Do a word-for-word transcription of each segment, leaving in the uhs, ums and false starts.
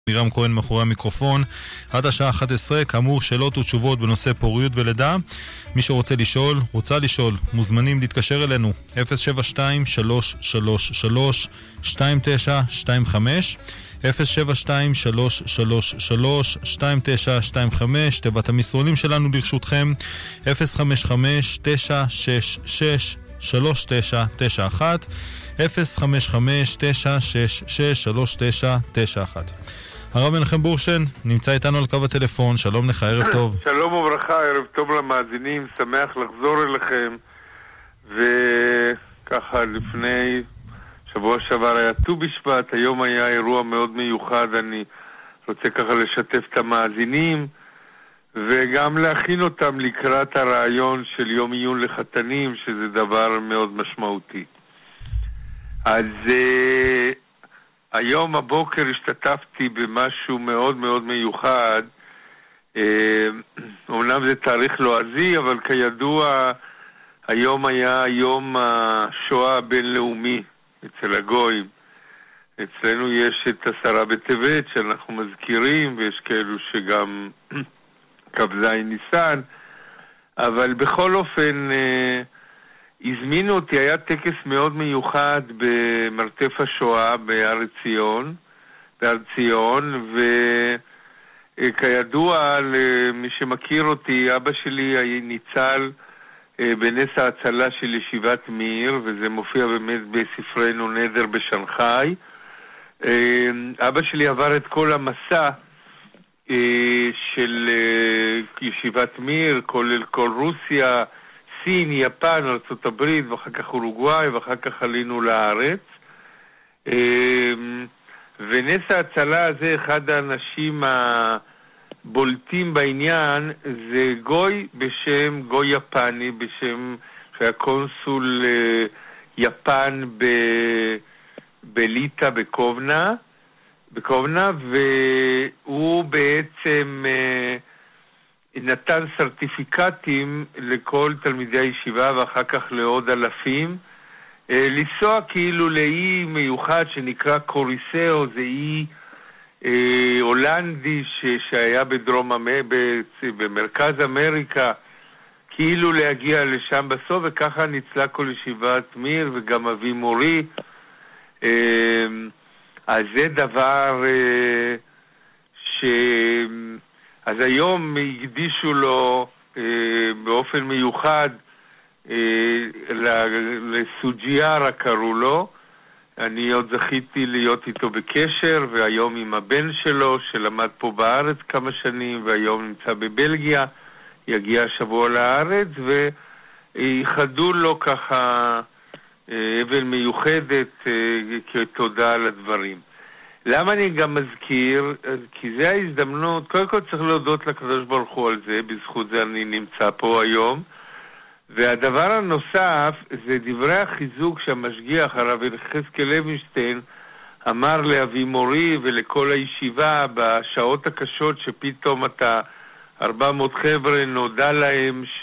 מירם כהן מאחורי המיקרופון עד השעה אחת עשרה. כאמור, שאלות ותשובות בנושא פוריות ולידה. מי שרוצה לשאול, רוצה לשאול, מוזמנים להתקשר אלינו אפס שבע שתיים שלוש שלוש שלוש שתיים תשע שתיים חמש אפס שבע שתיים שלוש שלוש שלוש שתיים תשע שתיים חמש. תיבת המסרונים שלנו לרשותכם אפס חמש חמש תשע שש שש שלוש תשע תשע אחת אפס חמש חמש תשע שש שש שלוש תשע תשע אחת. הרב מנחם בורשטיין נמצא איתנו על קו הטלפון. שלום לך, ערב טוב. שלום וברכה, ערב טוב למאזינים, שמח לחזור אליכם. וככה לפני שבוע שעבר היה ט"ו בשבט, היום היה אירוע מאוד מיוחד. אני רוצה ככה לשתף את המאזינים וגם להכין אותם לקראת הרעיון של יום עיון לחתנים, שזה דבר מאוד משמעותי. אז uh, היום הבוקר השתתפתי במשהו מאוד מאוד מיוחד. uh, אומנם זה תאריך לועזי, אבל כידוע היום היה יום השואה הבינלאומי אצל הגויים. אצלנו יש את עשרה בטבת שאנחנו מזכירים, ויש כאלו שגם כ"ז ניסן, אבל בכל אופן uh, הזמינו אותי, היה טקס מאוד מיוחד במרתף השואה בהר ציון, בהר ציון, וכידוע למי שמכיר אותי, אבא שלי ניצל בנס ההצלה של ישיבת מיר, וזה מופיע באמת בספרנו נדר בשנגחאי. אבא שלי עבר את כל המסע של ישיבת מיר, כולל כל רוסיה, סין, יפן, ארצות הברית, ואחר כך אורוגוואי, ואחר כך עלינו לארץ. ונס ההצלה הזה, אחד האנשים הבולטים בעניין, זה גוי בשם, גוי יפני, בשם שהיה קונסול יפן ב, בליטה, בקובנה, בקובנה, והוא בעצם נתן סרטיפיקטים לכל תלמידי הישיבה ואחר כך לעוד אלפים, לנסוע כאילו לאי מיוחד שנקרא קוריסאו, זה אי אה, הולנדי ש, שהיה בדרום במרכז אמריקה, כאילו להגיע לשם בסוף, וככה ניצלה כל ישיבת מיר וגם אבי מורי. אה, אז זה דבר אה, ש... אז היום הקדישו לו אה, באופן מיוחד אה, לסוג'יארה קראו לו. אני עוד זכיתי להיות איתו בקשר, והיום עם הבן שלו שלמד פה בארץ כמה שנים והיום נמצא בבלגיה, יגיע השבוע לארץ, ויחדו לו ככה אבל מיוחדת כתודה על הדברים. למה אני גם מזכיר? כי זה ההזדמנות, קודם כל צריך להודות לקדוש ברוך הוא על זה, בזכות זה אני נמצא פה היום. והדבר הנוסף זה דברי החיזוק שהמשגיח הרב יחזקאל לוינשטיין אמר לאבי מורי ולכל הישיבה בשעות הקשות שפתאום אתה ארבע מאות חבר'ה נודע להם ש...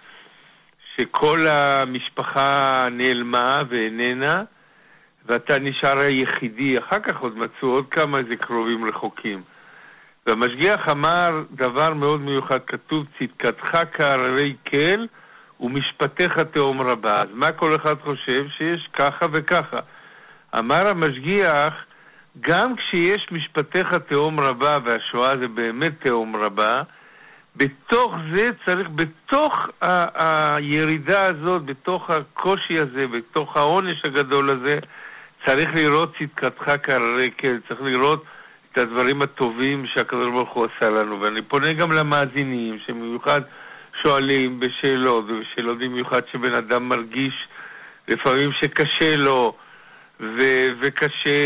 שכל המשפחה נעלמה ואיננה ואתה נשאר היחידי. אחר כך עוד מצאו עוד כמה איזה קרובים רחוקים. והמשגיח אמר דבר מאוד מיוחד, כתוב צדקתך כהררי כל ומשפטך תהום רבה. אז מה כל אחד חושב? שיש ככה וככה. אמר המשגיח, גם כשיש משפטך תהום רבה, והשואה זה באמת תהום רבה, בתוך זה צריך, בתוך ה- הירידה הזאת, בתוך הקושי הזה, בתוך העונש הגדול הזה, צריך לראות צדקתך כהררי כל, צריך לראות את הדברים הטובים שהקדוש ברוך הוא עשה לנו. ואני פונה גם למאזינים שבמיוחד שואלים בשאלות, ובשאלות במיוחד שבן אדם מרגיש לפעמים שקשה לו ו- וקשה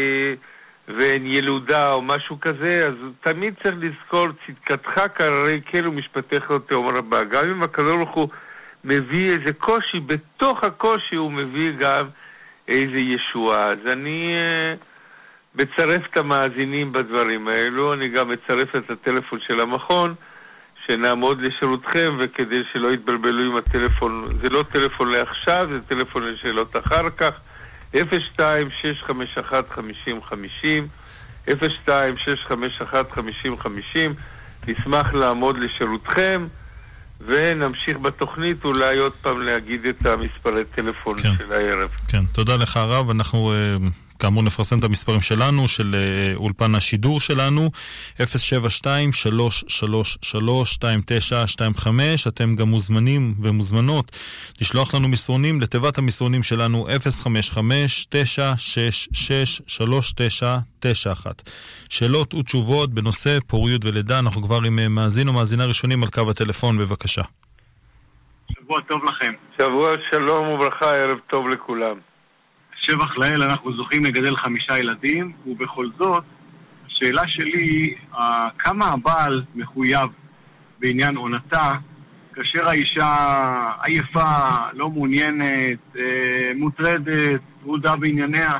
ואין ילודה או משהו כזה, אז תמיד צריך לזכור צדקתך כהררי כל ומשפטך תהום רבה. גם אם הקדוש ברוך הוא מביא איזה קושי, בתוך הקושי הוא מביא גם איזה ישועה. אז אני uh, מצרף את המאזינים בדברים האלו, אני גם מצרף את הטלפון של המכון שנעמוד לשירותכם, וכדי שלא יתבלבלו עם הטלפון, זה לא טלפון לעכשיו, זה טלפון לשאלות אחר כך, אפס שתיים שש חמש אחת חמישים חמישים, אפס שתיים שש חמש אחת חמישים חמישים. נשמח לעמוד לשירותכם, ונמשיך בתוכנית אולי עוד פעם להגיד את המספרי טלפון כן. של הערב. כן, תודה לך הרב. אנחנו כאמור נפרסם את המספרים שלנו, של אולפן השידור שלנו, אפס שבע שתיים שלוש שלוש שלוש שתיים תשע שתיים חמש. אתם גם מוזמנים ומוזמנות לשלוח לנו מסרונים לתיבת המסרונים שלנו אפס חמש חמש תשע שש שש שלוש תשע תשע אחת. שאלות ותשובות בנושא פוריות ולידה. אנחנו כבר עם מאזין או מאזינה ראשונים על קו הטלפון, בבקשה. שבוע טוב לכם. שבוע שלום וברכה, ערב טוב לכולם. שבח לאל, אנחנו זוכים לגדל חמישה ילדים, ובכל זאת, השאלה שלי, כמה הבעל מחויב בעניין עונתה, כאשר האישה עייפה, לא מעוניינת, מוטרדת, טרודה בענייניה?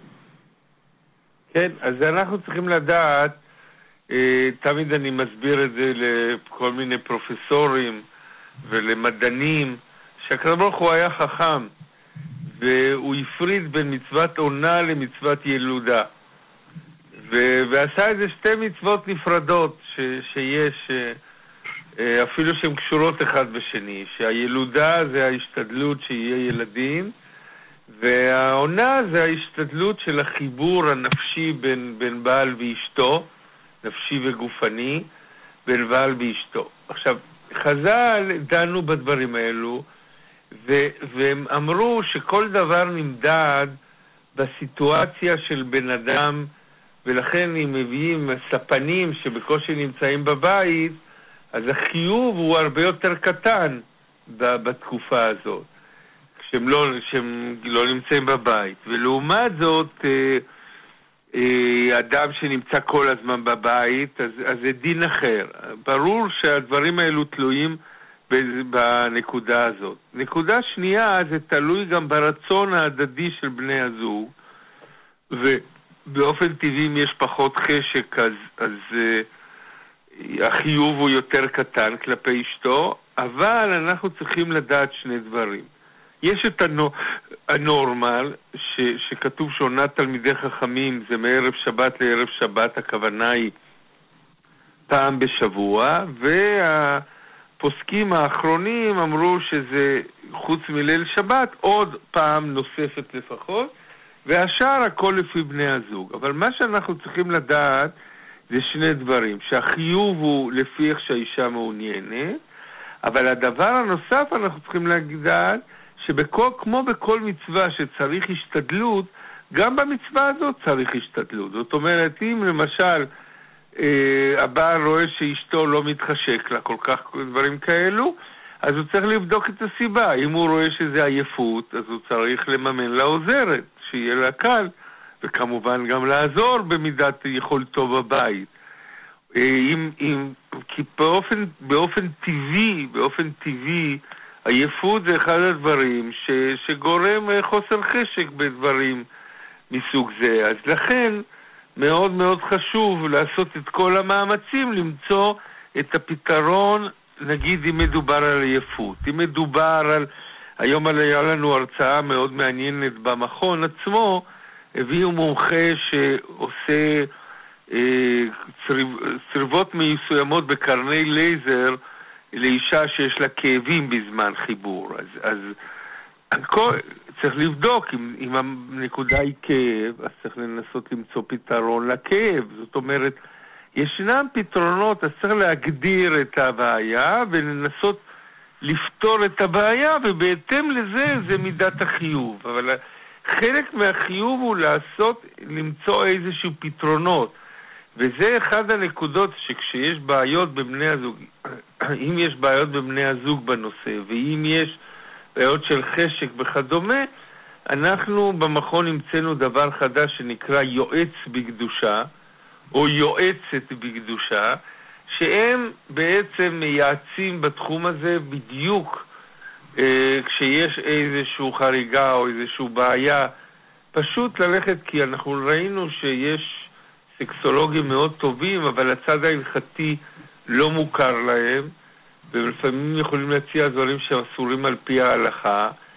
כן, אז אנחנו צריכים לדעת, תמיד אני מסביר את זה לכל מיני פרופסורים ולמדענים, שהקדוש ברוך הוא היה חכם, והוא הפריד בין מצוות עונה למצוות ילודה. ו- ועשה איזה שתי מצוות נפרדות ש- שיש, אפילו שהן קשורות אחד בשני. שהילודה זה ההשתדלות שיהיה ילדים, והעונה זה ההשתדלות של החיבור הנפשי בין, בין בעל ואשתו, נפשי וגופני, בין בעל ואשתו. עכשיו, חז"ל דנו בדברים האלו, ו- והם אמרו שכל דבר נמדד בסיטואציה של בן אדם, ולכן אם מביאים ספנים שבקושי נמצאים בבית, אז החיוב הוא הרבה יותר קטן בתקופה הזאת, כשהם לא, כשהם לא נמצאים בבית. ולעומת זאת, אה, אה, אדם שנמצא כל הזמן בבית, אז, אז זה דין אחר. ברור שהדברים האלו תלויים בנקודה הזאת. נקודה שנייה, זה תלוי גם ברצון ההדדי של בני הזוג, ובאופן טבעי אם יש פחות חשק, אז, אז uh, החיוב הוא יותר קטן כלפי אשתו, אבל אנחנו צריכים לדעת שני דברים. יש את הנור, הנורמל, ש, שכתוב שעונת תלמידי חכמים זה מערב שבת לערב שבת, הכוונה היא פעם בשבוע, וה... פוסקים האחרונים אמרו שזה חוץ מליל שבת עוד פעם נוספת לפחות, והשאר הכל לפי בני הזוג. אבל מה שאנחנו צריכים לדעת זה שני דברים, שהחיוב הוא לפי איך שהאישה מעוניינת, אבל הדבר הנוסף אנחנו צריכים לדעת שכמו בכל מצווה שצריך השתדלות, גם במצווה הזאת צריך השתדלות. זאת אומרת, אם למשל הבעל רואה שאשתו לא מתחשק לה כל כך דברים כאלו, אז הוא צריך לבדוק את הסיבה. אם הוא רואה שזה עייפות, אז הוא צריך לממן לה עוזרת, שיהיה לה קל, וכמובן גם לעזור במידת יכולתו בבית. אם, אם, כי באופן, באופן טבעי, באופן טבעי, עייפות זה אחד הדברים ש, שגורם חוסר חשק בדברים מסוג זה. אז לכן, מאוד מאוד חשוב לעשות את כל המאמצים למצוא את הפתרון, נגיד אם מדובר על עייפות. אם מדובר על, היום היה לנו הרצאה מאוד מעניינת במכון עצמו, הביאו מומחה שעושה אה, צריב, צריבות מסוימות בקרני לייזר לאישה שיש לה כאבים בזמן חיבור. אז, אז כל... צריך לבדוק אם, אם הנקודה היא כאב, אז צריך לנסות למצוא פתרון לכאב. זאת אומרת, ישנם פתרונות, אז צריך להגדיר את הבעיה ולנסות לפתור את הבעיה, ובהתאם לזה זה מידת החיוב. אבל חלק מהחיוב הוא לעשות, למצוא איזשהו פתרונות. וזה אחד הנקודות שכשיש בעיות בבני הזוג, אם יש בעיות בבני הזוג בנושא, ואם יש בעיות של חשק וכדומה, אנחנו במכון המצאנו דבר חדש שנקרא יועץ בקדושה, או יועצת בקדושה, שהם בעצם מייעצים בתחום הזה בדיוק אה, כשיש איזשהו חריגה או איזשהו בעיה, פשוט ללכת, כי אנחנו ראינו שיש סקסולוגים מאוד טובים, אבל הצד ההלכתי לא מוכר להם, ולפעמים יכולים להציע דברים שאסורים על פי ההלכה.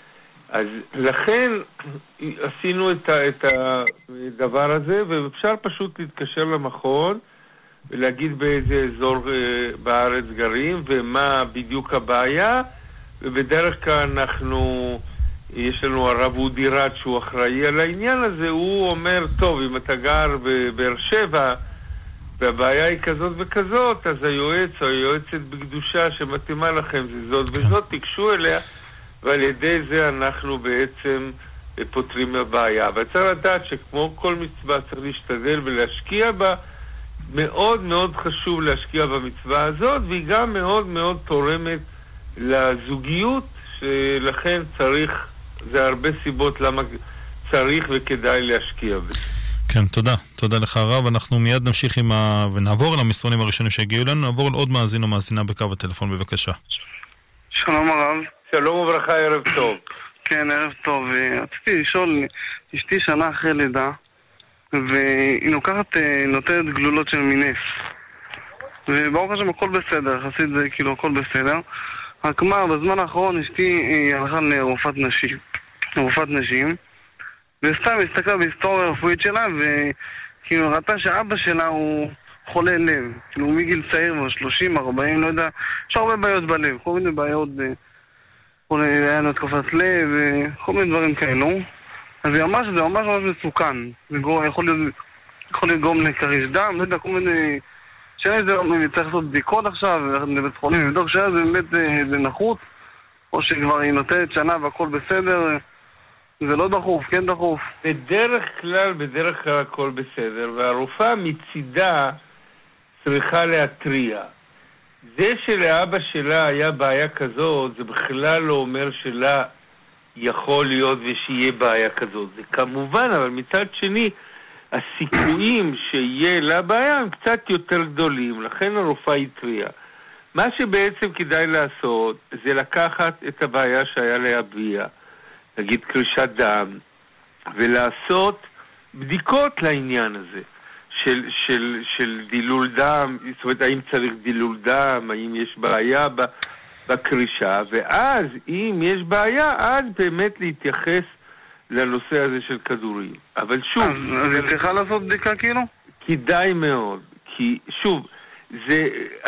אז לכן עשינו את, ה, את הדבר הזה, ואפשר פשוט להתקשר למכון ולהגיד באיזה אזור בארץ גרים ומה בדיוק הבעיה, ובדרך כלל אנחנו, יש לנו הרב אודי רד שהוא אחראי על העניין הזה, הוא אומר, טוב, אם אתה גר בבאר שבע והבעיה היא כזאת וכזאת, אז היועץ או היועצת בקדושה שמתאימה לכם זה זאת וזאת, תיגשו אליה, ועל ידי זה אנחנו בעצם פותרים הבעיה. אבל צריך לדעת שכמו כל מצווה צריך להשתדל ולהשקיע בה, מאוד מאוד חשוב להשקיע במצווה הזאת, והיא גם מאוד מאוד תורמת לזוגיות, שלכן צריך, זה הרבה סיבות למה צריך וכדאי להשקיע בזה. כן, תודה. תודה לך הרב. אנחנו מיד נמשיך עם ה... ונעבור על המסרונים הראשונים שהגיעו אלינו. נעבור על עוד מאזין או מאזינה בקו הטלפון, בבקשה. שלום הרב. שלום וברכה, ערב טוב. כן, ערב טוב. רציתי לשאול, אשתי שנה אחרי לידה, והיא לוקחת, נותנת גלולות של מינף. וברוך השם הכל בסדר, יחסית זה כאילו הכל בסדר. רק מה, בזמן האחרון אשתי הלכה לרופאת נשים. לרופאת נשים. וסתם הסתכלה בהיסטוריה הרפואית שלה, וכאילו ראתה שאבא שלה הוא חולה לב. כאילו מגיל צעיר, שלושים, ארבעים, לא יודע, יש הרבה בעיות בלב, כל מיני בעיות, היה לו תקופת לב, וכל מיני דברים כאלו. אז היא אמרה שזה ממש ממש מסוכן. זה יכול להיות, יכול לגרום לקריש דם, לא יודע, כל מיני... שאלה זה צריך לעשות בדיקות עכשיו, לבית חולים, לבדוק שאלה זה באמת זה נחות, או שכבר היא נותנת שנה והכל בסדר, זה לא דחוף, כן דחוף. בדרך כלל, בדרך כלל הכל בסדר, והרופאה מצידה צריכה להטריע. זה שלאבא שלה היה בעיה כזאת, זה בכלל לא אומר שלה יכול להיות ושיהיה בעיה כזאת. זה כמובן, אבל מצד שני, הסיכויים שיהיה לה בעיה הם קצת יותר גדולים, לכן הרופאה התריעה. מה שבעצם כדאי לעשות זה לקחת את הבעיה שהיה לאביה, נגיד קרישת דם, ולעשות בדיקות לעניין הזה של, של, של דילול דם, זאת אומרת האם צריך דילול דם, האם יש בעיה בקרישה, ואז אם יש בעיה אז באמת להתייחס לנושא הזה של כדורים. אבל שוב... אז, אז היא צריכה לעשות בדיקה כאילו? כדאי מאוד. כי שוב, זה...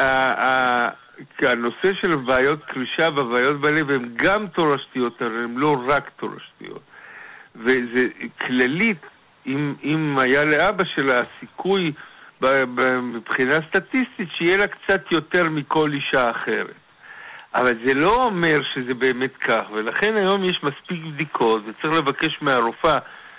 הנושא של בעיות קרישה ובעיות בלב הם גם תורשתיות, אבל הם לא רק תורשתיות. וזה כללית, אם, אם היה לאבא שלה הסיכוי מבחינה סטטיסטית, שיהיה לה קצת יותר מכל אישה אחרת. אבל זה לא אומר שזה באמת כך, ולכן היום יש מספיק בדיקות, וצריך לבקש מהרופאה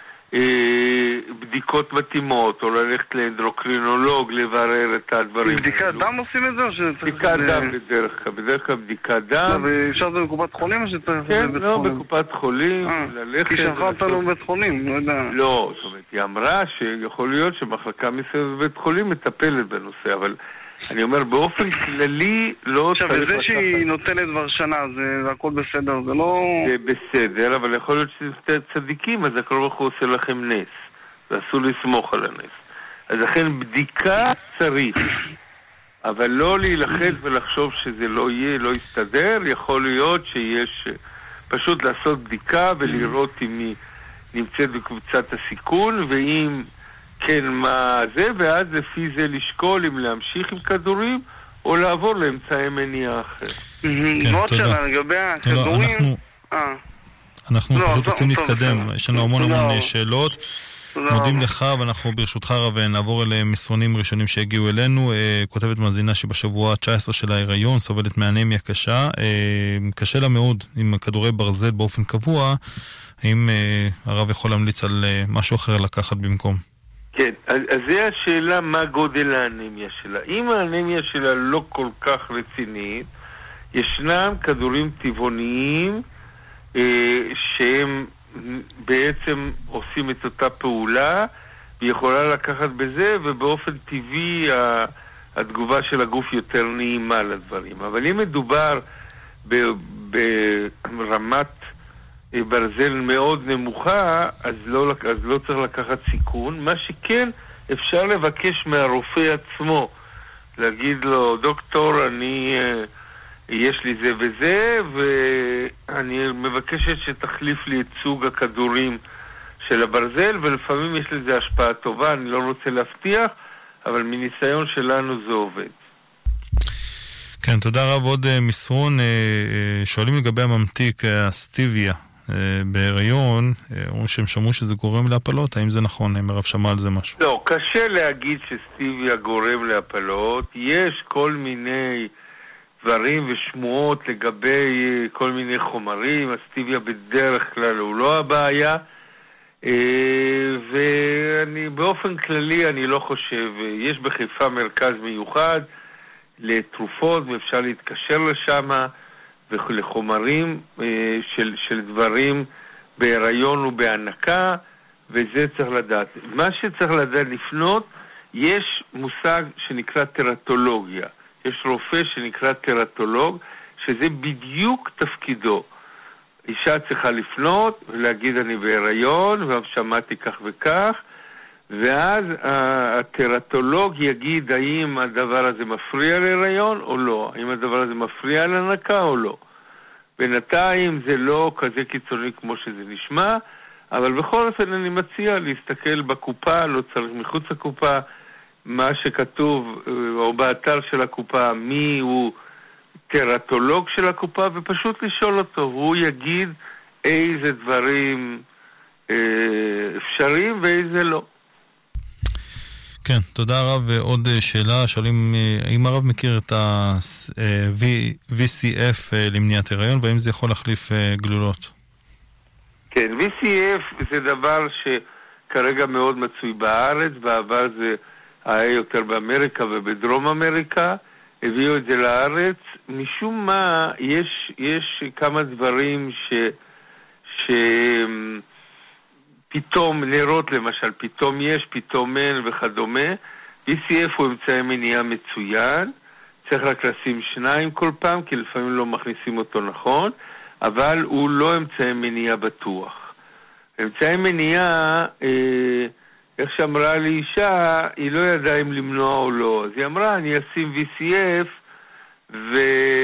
אה, בדיקות מתאימות, או ללכת לאנדוקרינולוג לברר את הדברים. בדיקת דם עושים את זה? בדיקת דם בדרך כלל, בדרך כלל בדיקת דם. ואפשר זה בקופת חולים או שצריך בבית חולים? כן, לא, בקופת חולים, ללכת... כי שלחה אותנו בבית חולים, לא יודע. לא, זאת אומרת, היא אמרה שיכול להיות שמחלקה מסוימת בבית חולים מטפלת בנושא, אבל... אני אומר, באופן כללי לא... עכשיו, וזה שהיא נותנת כבר שנה, זה הכל בסדר, זה לא... זה בסדר, אבל יכול להיות שזה צדיקים, אז הכל ברוך הוא עושה לכם נס. ואסור לסמוך על הנס. אז לכן בדיקה צריך, אבל לא להילחץ ולחשוב שזה לא יהיה, לא יסתדר, יכול להיות שיש פשוט לעשות בדיקה ולראות אם היא נמצאת בקבוצת הסיכון, ואם... כן, מה זה, ואז לפי זה לשקול אם להמשיך עם כדורים או לעבור לאמצעי מניעה אחר. מאוד שאלה, לגבי הכדורים... אנחנו פשוט רוצים להתקדם, יש לנו המון המון שאלות. מודים לך, ואנחנו ברשותך רב נעבור אל מסרונים ראשונים שהגיעו אלינו. כותבת מאזינה שבשבוע ה-תשע עשרה של ההיריון סובלת מאנמיה קשה, קשה לה מאוד עם כדורי ברזל באופן קבוע. האם הרב יכול להמליץ על משהו אחר לקחת במקום? כן, אז, אז זה השאלה מה גודל האנמיה שלה. אם האנמיה שלה לא כל כך רצינית, ישנם כדורים טבעוניים אה, שהם בעצם עושים את אותה פעולה, והיא יכולה לקחת בזה, ובאופן טבעי התגובה של הגוף יותר נעימה לדברים. אבל אם מדובר ברמת ברזל מאוד נמוכה, אז לא, אז לא צריך לקחת סיכון. מה שכן, אפשר לבקש מהרופא עצמו, להגיד לו, דוקטור, אני יש לי זה וזה, ואני מבקשת שתחליף לי את סוג הכדורים של הברזל, ולפעמים יש לזה השפעה טובה, אני לא רוצה להבטיח, אבל מניסיון שלנו זה עובד. כן, תודה רב. עוד מסרון, שואלים לגבי הממתיק, הסטיביה בהיריון, אומרים שהם שמעו שזה גורם להפלות, האם זה נכון? האם הרב שמע על זה משהו? לא, קשה להגיד שסטיביה גורם להפלות, יש כל מיני דברים ושמועות לגבי כל מיני חומרים, הסטיביה בדרך כלל הוא לא הבעיה, ואני באופן כללי אני לא חושב, יש בחיפה מרכז מיוחד לתרופות ואפשר להתקשר לשם ולחומרים של, של דברים בהיריון ובהנקה, וזה צריך לדעת. מה שצריך לדעת לפנות, יש מושג שנקרא טרטולוגיה, יש רופא שנקרא טרטולוג, שזה בדיוק תפקידו. אישה צריכה לפנות ולהגיד אני בהיריון ושמעתי כך וכך, ואז הטרטולוג יגיד האם הדבר הזה מפריע להיריון או לא, האם הדבר הזה מפריע להנקה או לא. בינתיים זה לא כזה קיצוני כמו שזה נשמע, אבל בכל אופן אני מציע להסתכל בקופה, לא צריך מחוץ לקופה, מה שכתוב או באתר של הקופה, מי הוא טרטולוג של הקופה, ופשוט לשאול אותו, הוא יגיד איזה דברים אה, אפשריים ואיזה לא. כן, תודה רב. ועוד שאלה, שואלים האם הרב מכיר את ה-וי סי אף למניעת הריון, והאם זה יכול להחליף גלולות? כן, וי סי אף זה דבר שכרגע מאוד מצוי בארץ, בעבר זה היה יותר באמריקה ובדרום אמריקה, הביאו את זה לארץ. משום מה, יש, יש כמה דברים ש... ש... פתאום נרות למשל, פתאום יש, פתאום אין וכדומה. וי סי אף הוא אמצעי מניעה מצוין, צריך רק לשים שניים כל פעם, כי לפעמים לא מכניסים אותו נכון, אבל הוא לא אמצעי מניעה בטוח. אמצעי מניעה, אה, איך שאמרה לי אישה, היא לא ידעה אם למנוע או לא. אז היא אמרה, אני אשים וי סי אף, ו...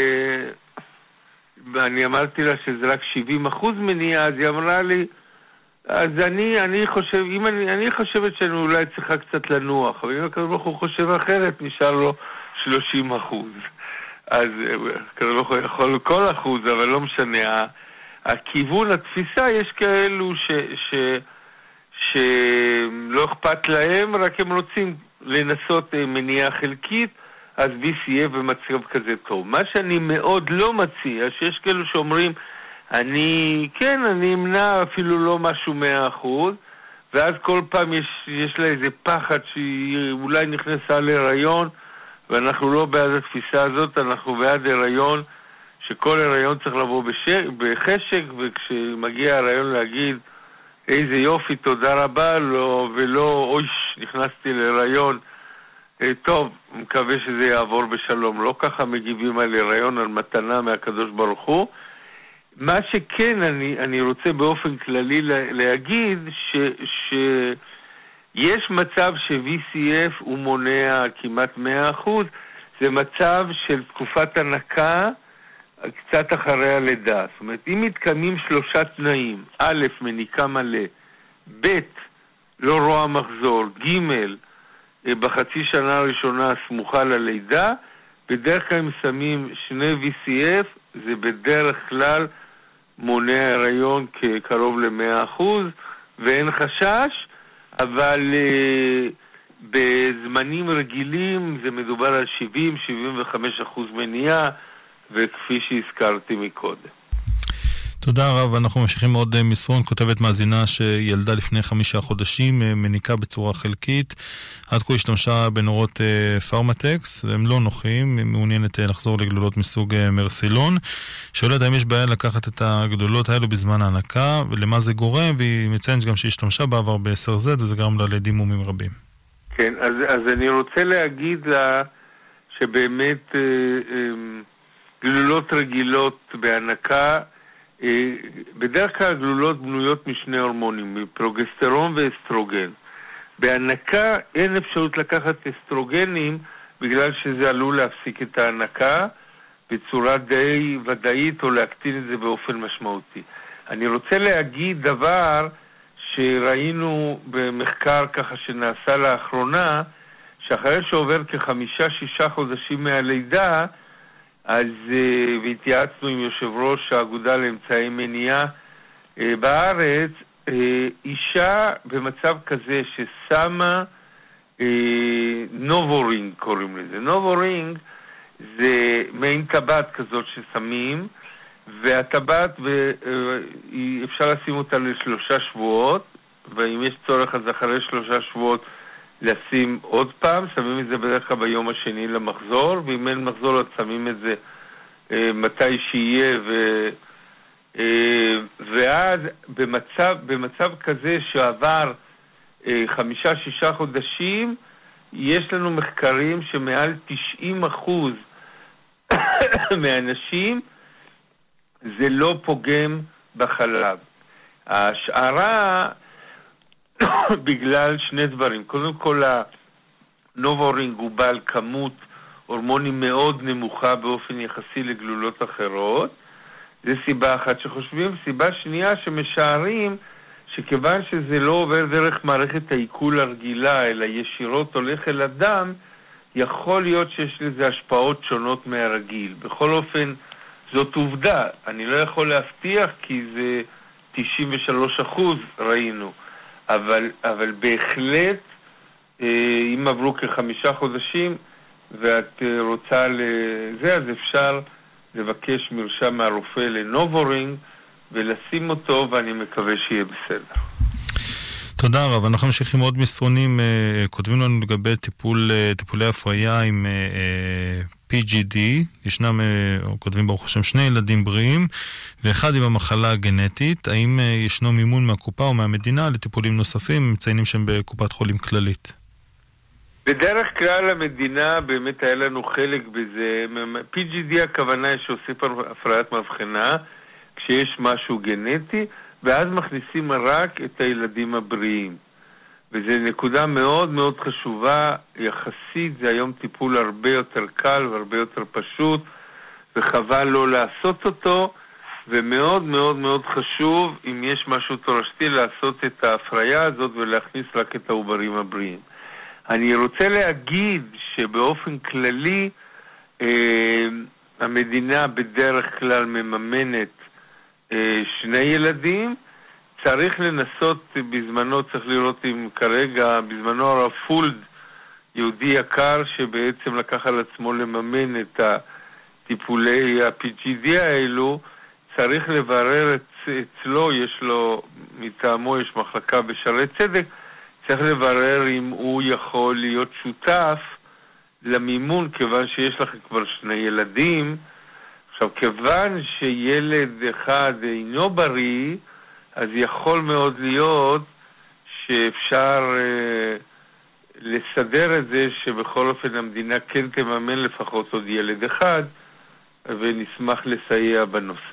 ואני אמרתי לה שזה רק שבעים אחוז מניעה, אז היא אמרה לי, אז אני, אני חושב, אם אני, אני חושבת שאני אולי צריכה קצת לנוח, אבל אם הקדוש ברוך הוא חושב אחרת, נשאר לו שלושים אחוז. אז הקדוש ברוך הוא יכול כל אחוז, אבל לא משנה. הכיוון, התפיסה, יש כאלו ש, ש, שלא אכפת להם, רק הם רוצים לנסות מניעה חלקית, אז וי סי אף במצב כזה טוב. מה שאני מאוד לא מציע, שיש כאלו שאומרים, אני, כן, אני אמנע אפילו לא משהו מאה אחוז, ואז כל פעם יש, יש לה איזה פחד שהיא אולי נכנסה להיריון, ואנחנו לא בעד התפיסה הזאת, אנחנו בעד הריון, שכל הריון צריך לבוא בשק, בחשק, וכשמגיע הריון להגיד, איזה יופי, תודה רבה, לא, ולא, אוי, נכנסתי להיריון, טוב, מקווה שזה יעבור בשלום. לא ככה מגיבים על הריון, על מתנה מהקדוש ברוך הוא. מה שכן אני, אני רוצה באופן כללי להגיד שיש מצב ש-וי סי אף הוא מונע כמעט מאה אחוז, זה מצב של תקופת הנקה קצת אחרי הלידה. זאת אומרת, אם מתקיימים שלושה תנאים, א', מניקה מלא, ב', לא רוע מחזור, ג', בחצי שנה הראשונה סמוכה ללידה, בדרך כלל הם שמים שני וי סי אף, זה בדרך כלל מונע הריון כקרוב ל-מאה אחוז, ואין חשש, אבל uh, בזמנים רגילים זה מדובר על שבעים עד שבעים וחמישה אחוז מניעה, וכפי שהזכרתי מקודם. תודה רב. אנחנו ממשיכים עוד מסרון. כותבת מאזינה שילדה לפני חמישה חודשים, מניקה בצורה חלקית. עד כה השתמשה בנורות פרמטקס, והם לא נוחים, היא מעוניינת לחזור לגלולות מסוג מרסילון. שואלת האם יש בעיה לקחת את הגלולות האלו בזמן ההנקה, ולמה זה גורם, והיא מציינת גם שהשתמשה בעבר ב-עשר זד, וזה גרם לה לדימומים רבים. כן, אז, אז אני רוצה להגיד לה שבאמת אה, אה, גלולות רגילות בהנקה, בדרך כלל גלולות בנויות משני הורמונים, פרוגסטרון ואסטרוגן. בהנקה אין אפשרות לקחת אסטרוגנים בגלל שזה עלול להפסיק את ההנקה, בצורה די ודאית או להקטין את זה באופן משמעותי. אני רוצה להגיד דבר שראינו במחקר ככה שנעשה לאחרונה, שאחרי שעובר כחמישה שישה חודשים מהלידה, אז והתייעצנו עם יושב ראש האגודה לאמצעי מניעה בארץ, אישה במצב כזה ששמה נובורינג, קוראים לזה. נובורינג זה מעין טבעת כזאת ששמים, והטבעת אפשר לשים אותה לשלושה שבועות, ואם יש צורך אז אחרי שלושה שבועות לשים עוד פעם, שמים את זה בדרך כלל ביום השני למחזור, ואם אין מחזור אז שמים את זה אה, מתי שיהיה, ו, אה, ואז במצב, במצב כזה שעבר אה, חמישה, שישה חודשים, יש לנו מחקרים שמעל תשעים אחוז מהאנשים זה לא פוגם בחלב. השערה בגלל שני דברים. קודם כל, הנובורינג הוא בעל כמות הורמונים מאוד נמוכה באופן יחסי לגלולות אחרות. זה סיבה אחת שחושבים. סיבה שנייה שמשערים שכיוון שזה לא עובר דרך מערכת העיכול הרגילה, אלא ישירות הולך אל הדם, יכול להיות שיש לזה השפעות שונות מהרגיל. בכל אופן, זאת עובדה. אני לא יכול להבטיח כי זה תשעים ושלושה אחוז ראינו. אבל, אבל בהחלט, אם עברו כחמישה חודשים ואת רוצה לזה, אז אפשר לבקש מרשם מהרופא לנובורינג ולשים אותו, ואני מקווה שיהיה בסדר. תודה רב. אנחנו ממשיכים עוד מסרונים. כותבים לנו לגבי טיפול, טיפולי הפריה עם פי ג'י די. ישנם, כותבים ברוך השם, שני ילדים בריאים ואחד עם המחלה הגנטית. האם ישנו מימון מהקופה או מהמדינה לטיפולים נוספים? מציינים שהם בקופת חולים כללית. בדרך כלל המדינה באמת היה לנו חלק בזה. פי ג'י די הכוונה היא שעושים הפריית מבחנה כשיש משהו גנטי, ואז מכניסים רק את הילדים הבריאים. וזו נקודה מאוד מאוד חשובה, יחסית זה היום טיפול הרבה יותר קל והרבה יותר פשוט, וחבל לא לעשות אותו, ומאוד מאוד מאוד חשוב, אם יש משהו תורשתי, לעשות את ההפריה הזאת ולהכניס רק את העוברים הבריאים. אני רוצה להגיד שבאופן כללי, אה, המדינה בדרך כלל מממנת שני ילדים. צריך לנסות בזמנו, צריך לראות אם כרגע, בזמנו הרב פולד, יהודי יקר שבעצם לקח על עצמו לממן את הטיפולי ה-פי ג'י די האלו, צריך לברר אצלו, יש לו, מטעמו יש מחלקה בשערי צדק, צריך לברר אם הוא יכול להיות שותף למימון, כיוון שיש לכם כבר שני ילדים. עכשיו, כיוון שילד אחד אינו בריא, אז יכול מאוד להיות שאפשר אה, לסדר את זה שבכל אופן המדינה כן תממן לפחות עוד ילד אחד, ונשמח לסייע בנושא.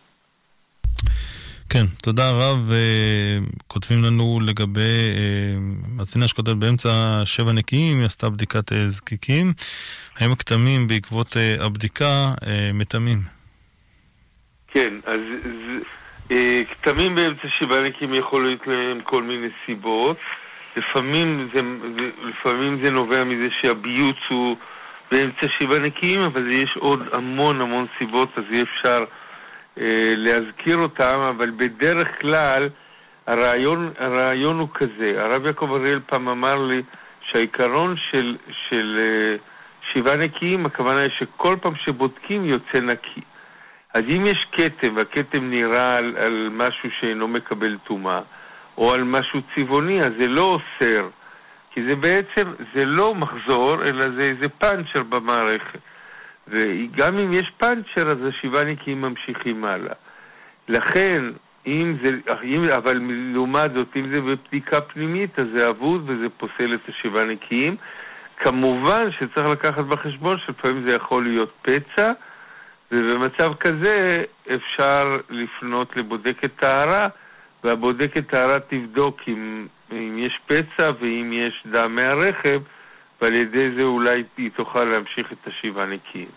כן, תודה רב. כותבים לנו לגבי מאזינה שכותבת באמצע שבע נקיים, היא עשתה בדיקת זקיקים. האם הכתמים בעקבות הבדיקה מתמים? כן, אז כתמים באמצע שבע נקיים יכול להיות להם כל מיני סיבות. לפעמים זה, לפעמים זה נובע מזה שהביוץ הוא באמצע שבע נקיים, אבל יש עוד המון המון סיבות, אז אי אפשר להזכיר אותם, אבל בדרך כלל הרעיון, הרעיון הוא כזה. הרב יעקב אריאל פעם אמר לי שהעיקרון של, של שבעה נקיים, הכוונה היא שכל פעם שבודקים יוצא נקי. אז אם יש כתם, והכתם נראה על, על משהו שאינו מקבל תומה, או על משהו צבעוני, אז זה לא אוסר, כי זה בעצם, זה לא מחזור, אלא זה איזה פאנצ'ר במערכת. וגם אם יש פאנצ'ר, אז השבעה נקיים ממשיכים הלאה. לכן, אם זה, אם, אבל לעומת זאת, אם זה בבדיקה פנימית, אז זה אבוד וזה פוסל את השבעה נקיים. כמובן שצריך לקחת בחשבון שלפעמים זה יכול להיות פצע, ובמצב כזה אפשר לפנות לבודקת טהרה, והבודקת טהרה תבדוק אם, אם יש פצע ואם יש דם מהרכב, ועל ידי זה אולי היא תוכל להמשיך את השבעה נקיים.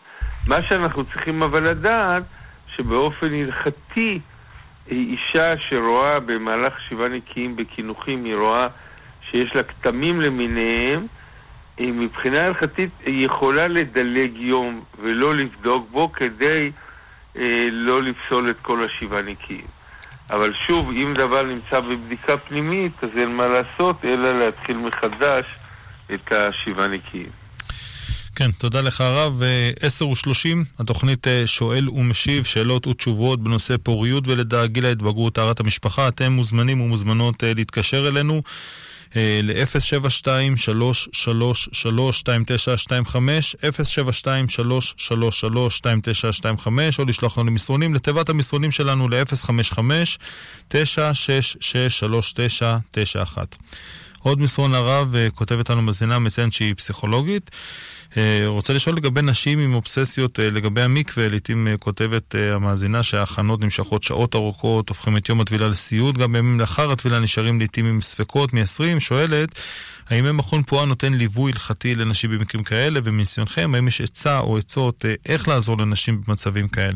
מה שאנחנו צריכים אבל לדעת, שבאופן הלכתי, אישה שרואה במהלך שבעה נקיים בכינוכים, היא רואה שיש לה כתמים למיניהם, מבחינה הלכתית היא יכולה לדלג יום ולא לבדוק בו כדי אה, לא לפסול את כל השבעה נקיים. אבל שוב, אם דבר נמצא בבדיקה פנימית, אז אין מה לעשות, אלא להתחיל מחדש את השבעה נקיים. כן, תודה לך הרב. עשר ושלושים, התוכנית שואל ומשיב, שאלות ותשובות בנושא פוריות ולידה, גיל ההתבגרות, טהרת המשפחה. אתם מוזמנים ומוזמנות להתקשר אלינו ל-אפס שבע שתיים שלוש שלוש שלוש שתיים תשע שתיים חמש, אפס שבע שתיים שלוש שלוש שלוש שתיים תשע שתיים חמש, או לשלוח לנו מסרונים לתיבת המסרונים שלנו ל-אפס חמש חמש תשע שש שש שלוש תשע תשע אחת. עוד מסרון הרב, כותבת לנו מזינה, מציין שהיא פסיכולוגית, רוצה לשאול לגבי נשים עם אובססיות לגבי המקווה. לעתים כותבת המאזינה שההכנות נמשכות שעות ארוכות, הופכים את יום התבילה לסיוט, גם בימים לאחר התבילה נשארים לעתים עם ספקות מ-עשרים. שואלת, האם המכון פועה נותן ליווי הלכתי לנשים במקרים כאלה, ומניסיונכם, האם יש עצה או עצות איך לעזור לנשים במצבים כאלה?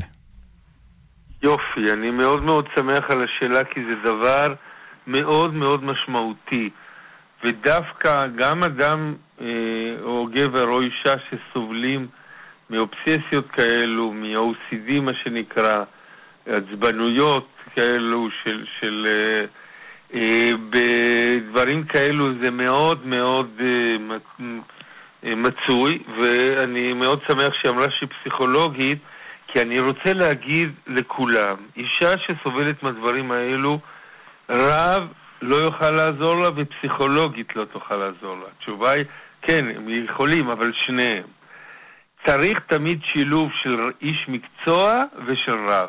יופי, אני מאוד מאוד שמח על השאלה, כי זה דבר מאוד מאוד משמעותי. ודווקא גם אדם אה, או גבר או אישה שסובלים מאובססיות כאלו, מ-או סי די מה שנקרא, עצבנויות כאלו של, של אה, אה, בדברים כאלו, זה מאוד מאוד אה, מצוי, ואני מאוד שמח שאמרה שהיא פסיכולוגית, כי אני רוצה להגיד לכולם, אישה שסובלת מהדברים האלו, רב לא יוכל לעזור לה, ופסיכולוגית לא תוכל לעזור לה. התשובה היא, כן, הם יכולים, אבל שניהם. צריך תמיד שילוב של איש מקצוע ושל רב.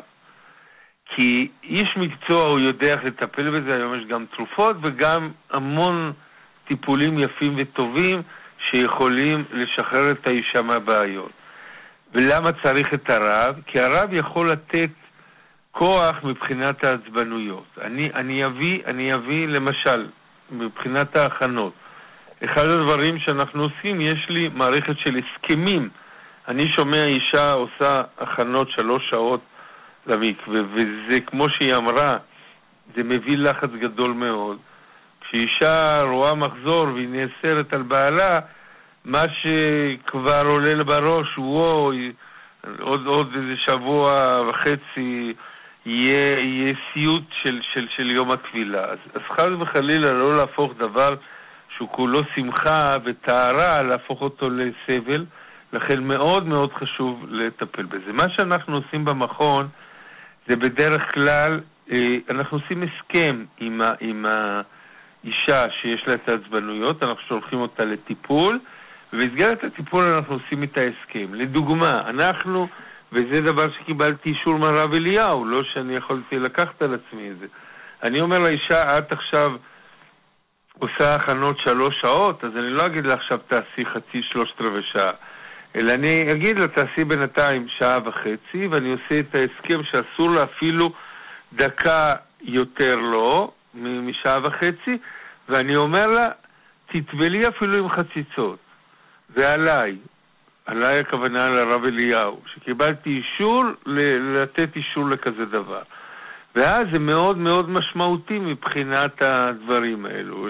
כי איש מקצוע הוא יודע איך לטפל בזה, היום יש גם תרופות וגם המון טיפולים יפים וטובים שיכולים לשחרר את האישה מהבעיות. ולמה צריך את הרב? כי הרב יכול לתת כוח מבחינת העצבנויות. אני, אני אביא, אני אביא למשל, מבחינת ההכנות. אחד הדברים שאנחנו עושים, יש לי מערכת של הסכמים. אני שומע אישה עושה הכנות שלוש שעות למקווה, וזה כמו שהיא אמרה, זה מביא לחץ גדול מאוד. כשאישה רואה מחזור והיא נאסרת על בעלה, מה שכבר עולה לה בראש, וואו, עוד, עוד איזה שבוע וחצי יהיה, יהיה סיוט של, של, של יום התפילה. אז, אז חד וחלילה לא להפוך דבר שהוא כולו שמחה וטהרה, להפוך אותו לסבל, לכן מאוד מאוד חשוב לטפל בזה. מה שאנחנו עושים במכון, זה בדרך כלל, אנחנו עושים הסכם עם, ה, עם האישה שיש לה את העצבנויות, אנחנו שולחים אותה לטיפול, ובמסגרת הטיפול אנחנו עושים את ההסכם. לדוגמה, אנחנו, וזה דבר שקיבלתי אישור מהרב אליהו, לא שאני יכולתי לקחת על עצמי את זה. אני אומר לאישה, את עכשיו עושה הכנות שלוש שעות, אז אני לא אגיד לה עכשיו תעשי חצי שלושת רבעי שעה, אלא אני אגיד לה תעשי בינתיים שעה וחצי, ואני עושה את ההסכם שאסור לה אפילו דקה יותר לא, משעה וחצי, ואני אומר לה, תטבלי אפילו עם חציצות. ועליי, עליי הכוונה על הרב אליהו, שקיבלתי אישור לתת אישור לכזה דבר. ואז זה מאוד מאוד משמעותי מבחינת הדברים האלו.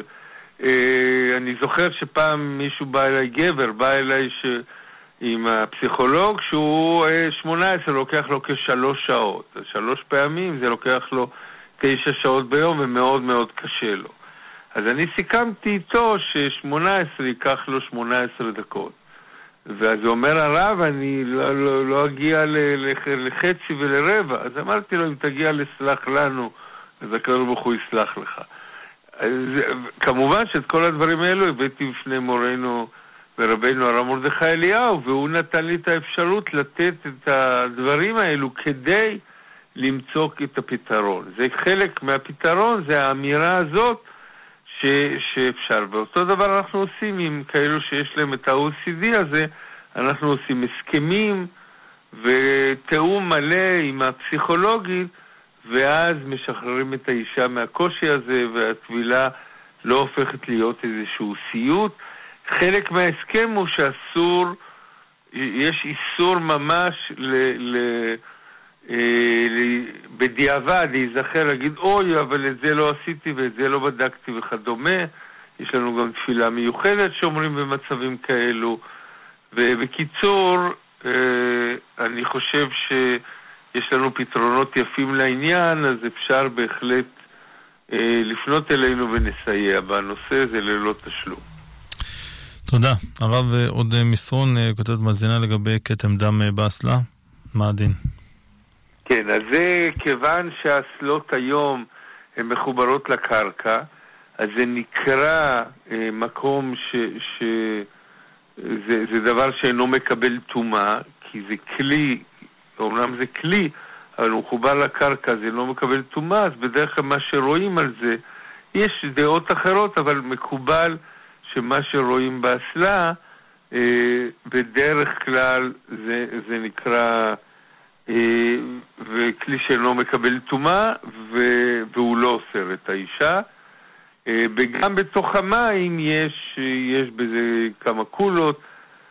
אני זוכר שפעם מישהו בא אליי, גבר, בא אליי ש... עם הפסיכולוג, שהוא שמונה עשרה, לוקח לו כשלוש שעות. שלוש פעמים זה לוקח לו תשע שעות ביום, ומאוד מאוד קשה לו. אז אני סיכמתי איתו ש-שמונה עשרה ייקח לו שמונה עשרה דקות. ואז הוא אומר הרב, אני לא, לא, לא אגיע לחצי ולרבע. אז אמרתי לו, אם תגיע לסלח לנו, אז הקדוש ברוך הוא יסלח לך. אז, כמובן שאת כל הדברים האלו הבאתי בפני מורנו ורבנו הרב מרדכי אליהו, והוא נתן לי את האפשרות לתת את הדברים האלו כדי למצוא את הפתרון. זה חלק מהפתרון, זה האמירה הזאת ש, שאפשר. ואותו דבר אנחנו עושים עם כאלו שיש להם את ה-או סי די הזה, אנחנו עושים הסכמים ותאום מלא עם הפסיכולוגית, ואז משחררים את האישה מהקושי הזה, והטבילה לא הופכת להיות איזשהו סיוט. חלק מההסכם הוא שאסור יש איסור ממש ל... ל בדיעבד להיזכר, להגיד אוי אבל את זה לא עשיתי ואת זה לא בדקתי וכדומה. יש לנו גם תפילה מיוחדת שאומרים במצבים כאלו, ובקיצור אני חושב שיש לנו פתרונות יפים לעניין, אז אפשר בהחלט לפנות אלינו ונסייע בנושא הזה ללא תשלום. תודה. הרב, עוד מסרון כותבת מאזינה לגבי כתם דם באסלה, מה הדין? כן, אז זה כיוון שהאסלות היום הן מחוברות לקרקע, אז זה נקרא אה, מקום ש... ש... זה, זה דבר שאינו מקבל תומה, כי זה כלי, אומנם זה כלי, אבל הוא מחובר לקרקע, זה לא מקבל תומה, אז בדרך כלל מה שרואים על זה, יש דעות אחרות, אבל מקובל שמה שרואים באסלה, אה, בדרך כלל זה, זה נקרא... וכלי שאינו מקבל תומה והוא לא אוסר את האישה. וגם בתוך המים יש, יש בזה כמה קולות,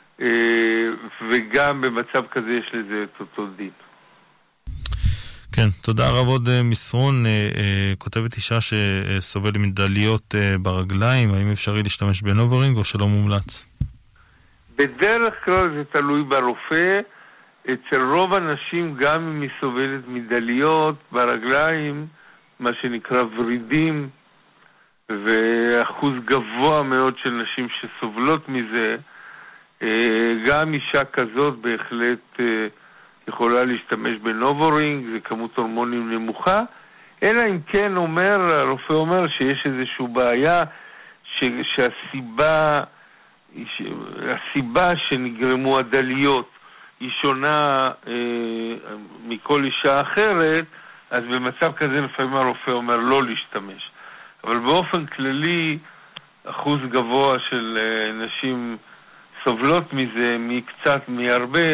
וגם במצב כזה יש לזה את אותו דין. כן, תודה רב. עוד מסרון, כותבת אישה שסובל מדליות ברגליים, האם אפשרי להשתמש בנוברינג או שלא מומלץ? בדרך כלל זה תלוי ברופא. אצל רוב אנשים, גם אם היא סובלת מדליות ברגליים, מה שנקרא ורידים, ואחוז גבוה מאוד של נשים שסובלות מזה, גם אישה כזאת בהחלט יכולה להשתמש בנוברינג, זה כמות הורמונים נמוכה, אלא אם כן אומר, הרופא אומר שיש איזושהי בעיה, ש, שהסיבה, הסיבה שנגרמו הדליות, היא שונה אה, מכל אישה אחרת, אז במצב כזה לפעמים הרופא אומר לא להשתמש. אבל באופן כללי, אחוז גבוה של אה, נשים סובלות מזה, מקצת, מהרבה,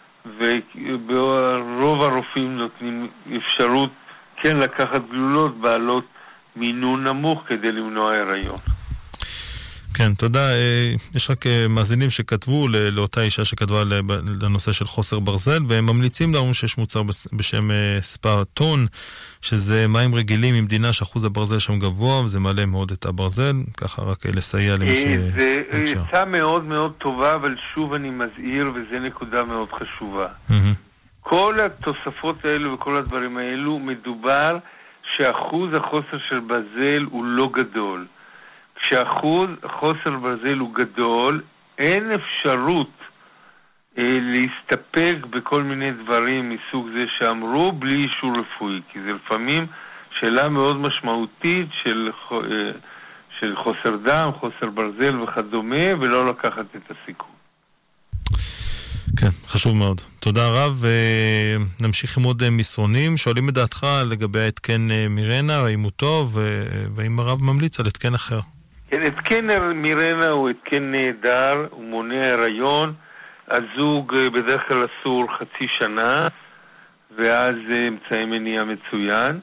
וברוב הרופאים נותנים אפשרות כן לקחת גלולות בעלות מינון נמוך כדי למנוע הריון. כן, תודה. יש רק מאזינים שכתבו לאותה אישה שכתבה לנושא של חוסר ברזל, והם ממליצים לנו שיש מוצר בשם ספרטון, שזה מים רגילים עם דינה שאחוז הברזל שם גבוה, וזה מעלה מאוד את הברזל, ככה רק לסייע למי שאפשר. זה עצה מאוד מאוד טובה, אבל שוב אני מזהיר, וזה נקודה מאוד חשובה. כל התוספות האלו וכל הדברים האלו, מדובר שאחוז החוסר של ברזל הוא לא גדול. כשאחוז חוסר ברזל הוא גדול, אין אפשרות אה, להסתפק בכל מיני דברים מסוג זה שאמרו בלי אישור רפואי, כי זה לפעמים שאלה מאוד משמעותית של, אה, של חוסר דם, חוסר ברזל וכדומה, ולא לקחת את הסיכון. כן, חשוב מאוד. תודה רב. נמשיך עם עוד מסרונים. שואלים את דעתך לגבי ההתקן מירנה, האם הוא טוב, והאם הרב ממליץ על התקן אחר? כן, התקן מירנה הוא התקן נהדר, הוא מונע הריון. הזוג בדרך כלל אסור חצי שנה, ואז אמצעי מניעה מצוין.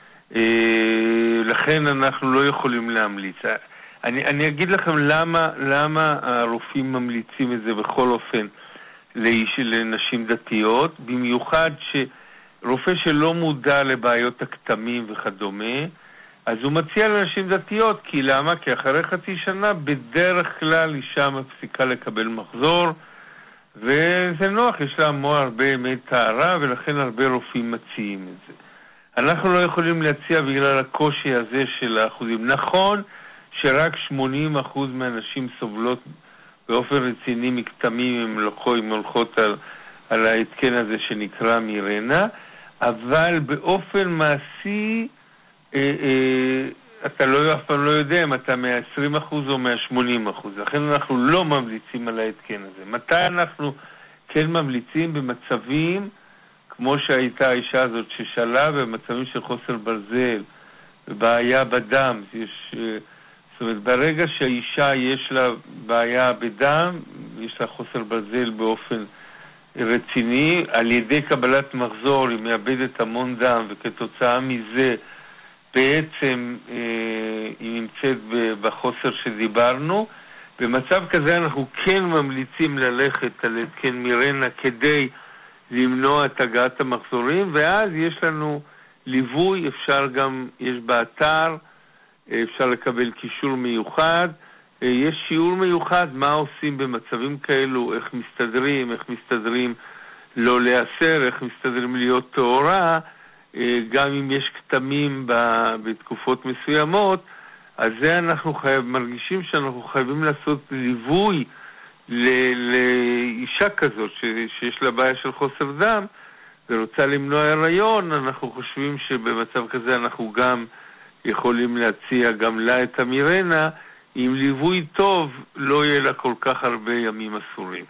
לכן אנחנו לא יכולים להמליץ. אני, אני אגיד לכם למה, למה הרופאים ממליצים את זה בכל אופן לאיש, לנשים דתיות, במיוחד שרופא שלא מודע לבעיות הכתמים וכדומה, אז הוא מציע לנשים דתיות, כי למה? כי אחרי חצי שנה בדרך כלל אישה מפסיקה לקבל מחזור, וזה נוח, יש לה המון הרבה ימי טהרה, ולכן הרבה רופאים מציעים את זה. אנחנו לא יכולים להציע בגלל הקושי הזה של האחוזים. נכון שרק שמונים אחוז מהנשים סובלות באופן רציני מכתמים, הם הולכות על, על ההתקן הזה שנקרא מירנה, אבל באופן מעשי אה, אה, אתה לא, אף פעם לא יודע אם אתה מה-עשרים אחוז או מה-שמונים אחוז. לכן אנחנו לא ממליצים על ההתקן הזה. מתי אנחנו כן ממליצים? במצבים כמו שהייתה האישה הזאת ששאלה, במצבים של חוסר ברזל, בעיה בדם. יש, זאת אומרת, ברגע שהאישה יש לה בעיה בדם, יש לה חוסר ברזל באופן רציני, על ידי קבלת מחזור היא מאבדת המון דם, וכתוצאה מזה בעצם אה, היא נמצאת בחוסר שדיברנו, במצב כזה אנחנו כן ממליצים ללכת על התקן מירנה כדי למנוע את הגעת המחזורים, ואז יש לנו ליווי, אפשר גם, יש באתר, אפשר לקבל קישור מיוחד, יש שיעור מיוחד מה עושים במצבים כאלו, איך מסתדרים, איך מסתדרים לא להיאסר, איך מסתדרים להיות תאורה, גם אם יש כתמים בתקופות מסוימות. אז זה אנחנו חייב, מרגישים שאנחנו חייבים לעשות ליווי לאישה כזאת ש, שיש לה בעיה של חוסר דם ורוצה למנוע הריון. אנחנו חושבים שבמצב כזה אנחנו גם יכולים להציע גם לה את המירנה, עם ליווי טוב לא יהיה לה כל כך הרבה ימים אסורים.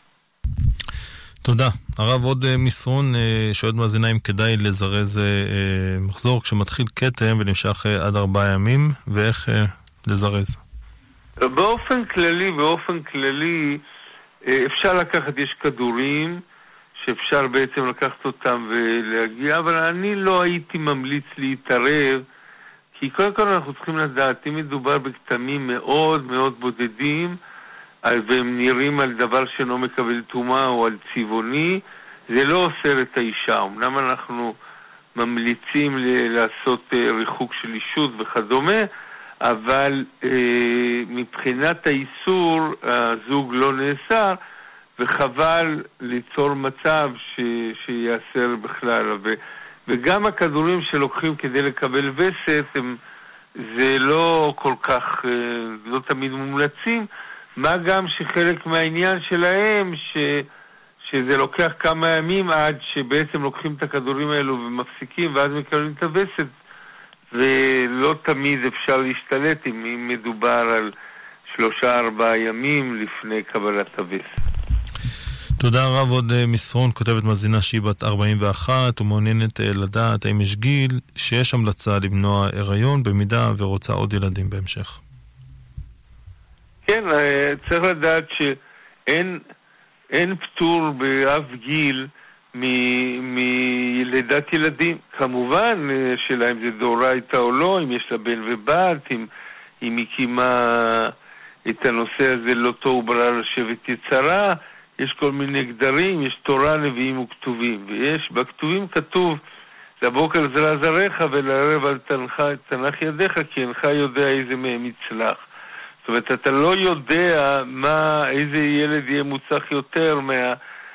תודה. הרב, עוד מסרון, שואלת מאזינה אם כדאי לזרז מחזור כשמתחיל קטם ונמשך עד ארבעה ימים, ואיך לזרז? באופן כללי, באופן כללי, אפשר לקחת, יש כדורים שאפשר בעצם לקחת אותם ולהגיע, אבל אני לא הייתי ממליץ להתערב, כי קודם כל אנחנו צריכים לדעת, אם מדובר בכתמים מאוד מאוד בודדים, והם נראים על דבר שלא מקבל תומה או על צבעוני, זה לא אוסר את האישה. אמנם אנחנו ממליצים לעשות ריחוק של אישות וכדומה, אבל אה, מבחינת האיסור הזוג לא נאסר, וחבל ליצור מצב ש, שיאסר בכלל. ו, וגם הכדורים שלוקחים כדי לקבל וסת, הם, זה לא כל כך, אה, לא תמיד מומלצים, מה גם שחלק מהעניין שלהם ש, שזה לוקח כמה ימים עד שבעצם לוקחים את הכדורים האלו ומפסיקים ואז מקבלים את הווסת, ולא תמיד אפשר להשתלט אם מדובר על שלושה ארבעה ימים לפני קבלת הווסת. תודה רב. עוד מסרון, כותבת מאזינה שהיא בת ארבעים ואחת ומעוניינת לדעת האם יש גיל שיש המלצה למנוע הריון במידה ורוצה עוד ילדים בהמשך. כן, צריך לדעת שאין אין פטור באף גיל מ- מלידת ילדים. כמובן, שאלה אם זה דאורייתא או לא, אם יש לה בן ובת, אם, אם היא קימה את הנושא הזה לא תוהו ברא לשבת יצרה, יש כל מיני גדרים, יש תורה, נביאים וכתובים, ויש, בכתובים כתוב, לבוקר זרע זרעך ולערב על תנך, תנך ידיך, כי אינך יודע איזה מהם יצלח. זאת אומרת, אתה לא יודע מה, איזה ילד יהיה מוצלח יותר מה,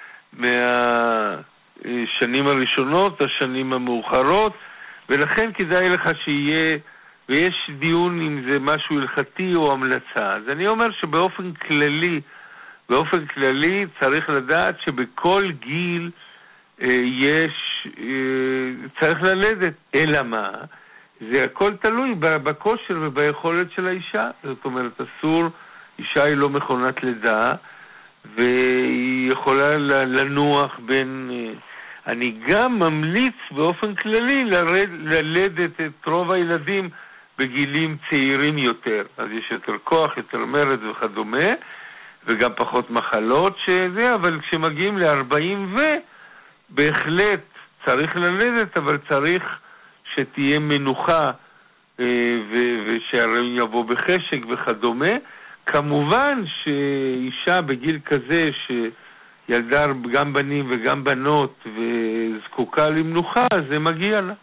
מהשנים הראשונות, השנים המאוחרות, ולכן כדאי לך שיהיה, ויש דיון אם זה משהו הלכתי או המלצה. אז אני אומר שבאופן כללי, באופן כללי צריך לדעת שבכל גיל אה, יש, אה, צריך ללדת, אלא מה? זה הכל תלוי בכושר וביכולת של האישה. זאת אומרת, אסור, אישה היא לא מכונת לידה, והיא יכולה לנוח בין... אני גם ממליץ באופן כללי לרד, ללדת את רוב הילדים בגילים צעירים יותר. אז יש יותר כוח, יותר מרד וכדומה, וגם פחות מחלות שזה, אבל כשמגיעים ל-ארבעים ו... בהחלט צריך ללדת, אבל צריך שתהיה מנוחה ושהרעיון יבוא בחשק וכדומה. כמובן שאישה בגיל כזה שילדה גם בנים וגם בנות וזקוקה למנוחה, זה מגיע לה.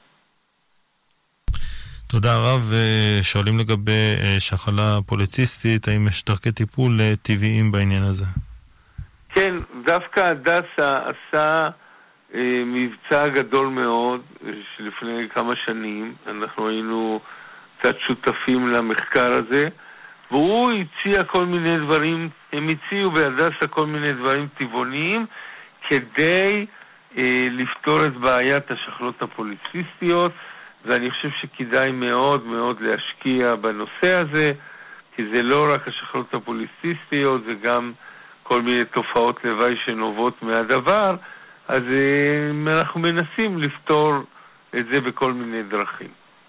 תודה רב. שואלים לגבי שחלה פוליציסטית, האם יש דרכי טיפול טבעיים בעניין הזה? כן, דווקא הדסה עשה מבצע גדול מאוד שלפני כמה שנים, אנחנו היינו קצת שותפים למחקר הזה, והוא הציע כל מיני דברים, הם הציעו בהדסה כל מיני דברים טבעוניים כדי אה, לפתור את בעיית השחלות הפוליציסטיות, ואני חושב שכדאי מאוד מאוד להשקיע בנושא הזה, כי זה לא רק השחלות הפוליציסטיות, זה גם כל מיני תופעות לוואי שנובעות מהדבר, אז אנחנו מנסים לפתור את זה בכל מיני דרכים.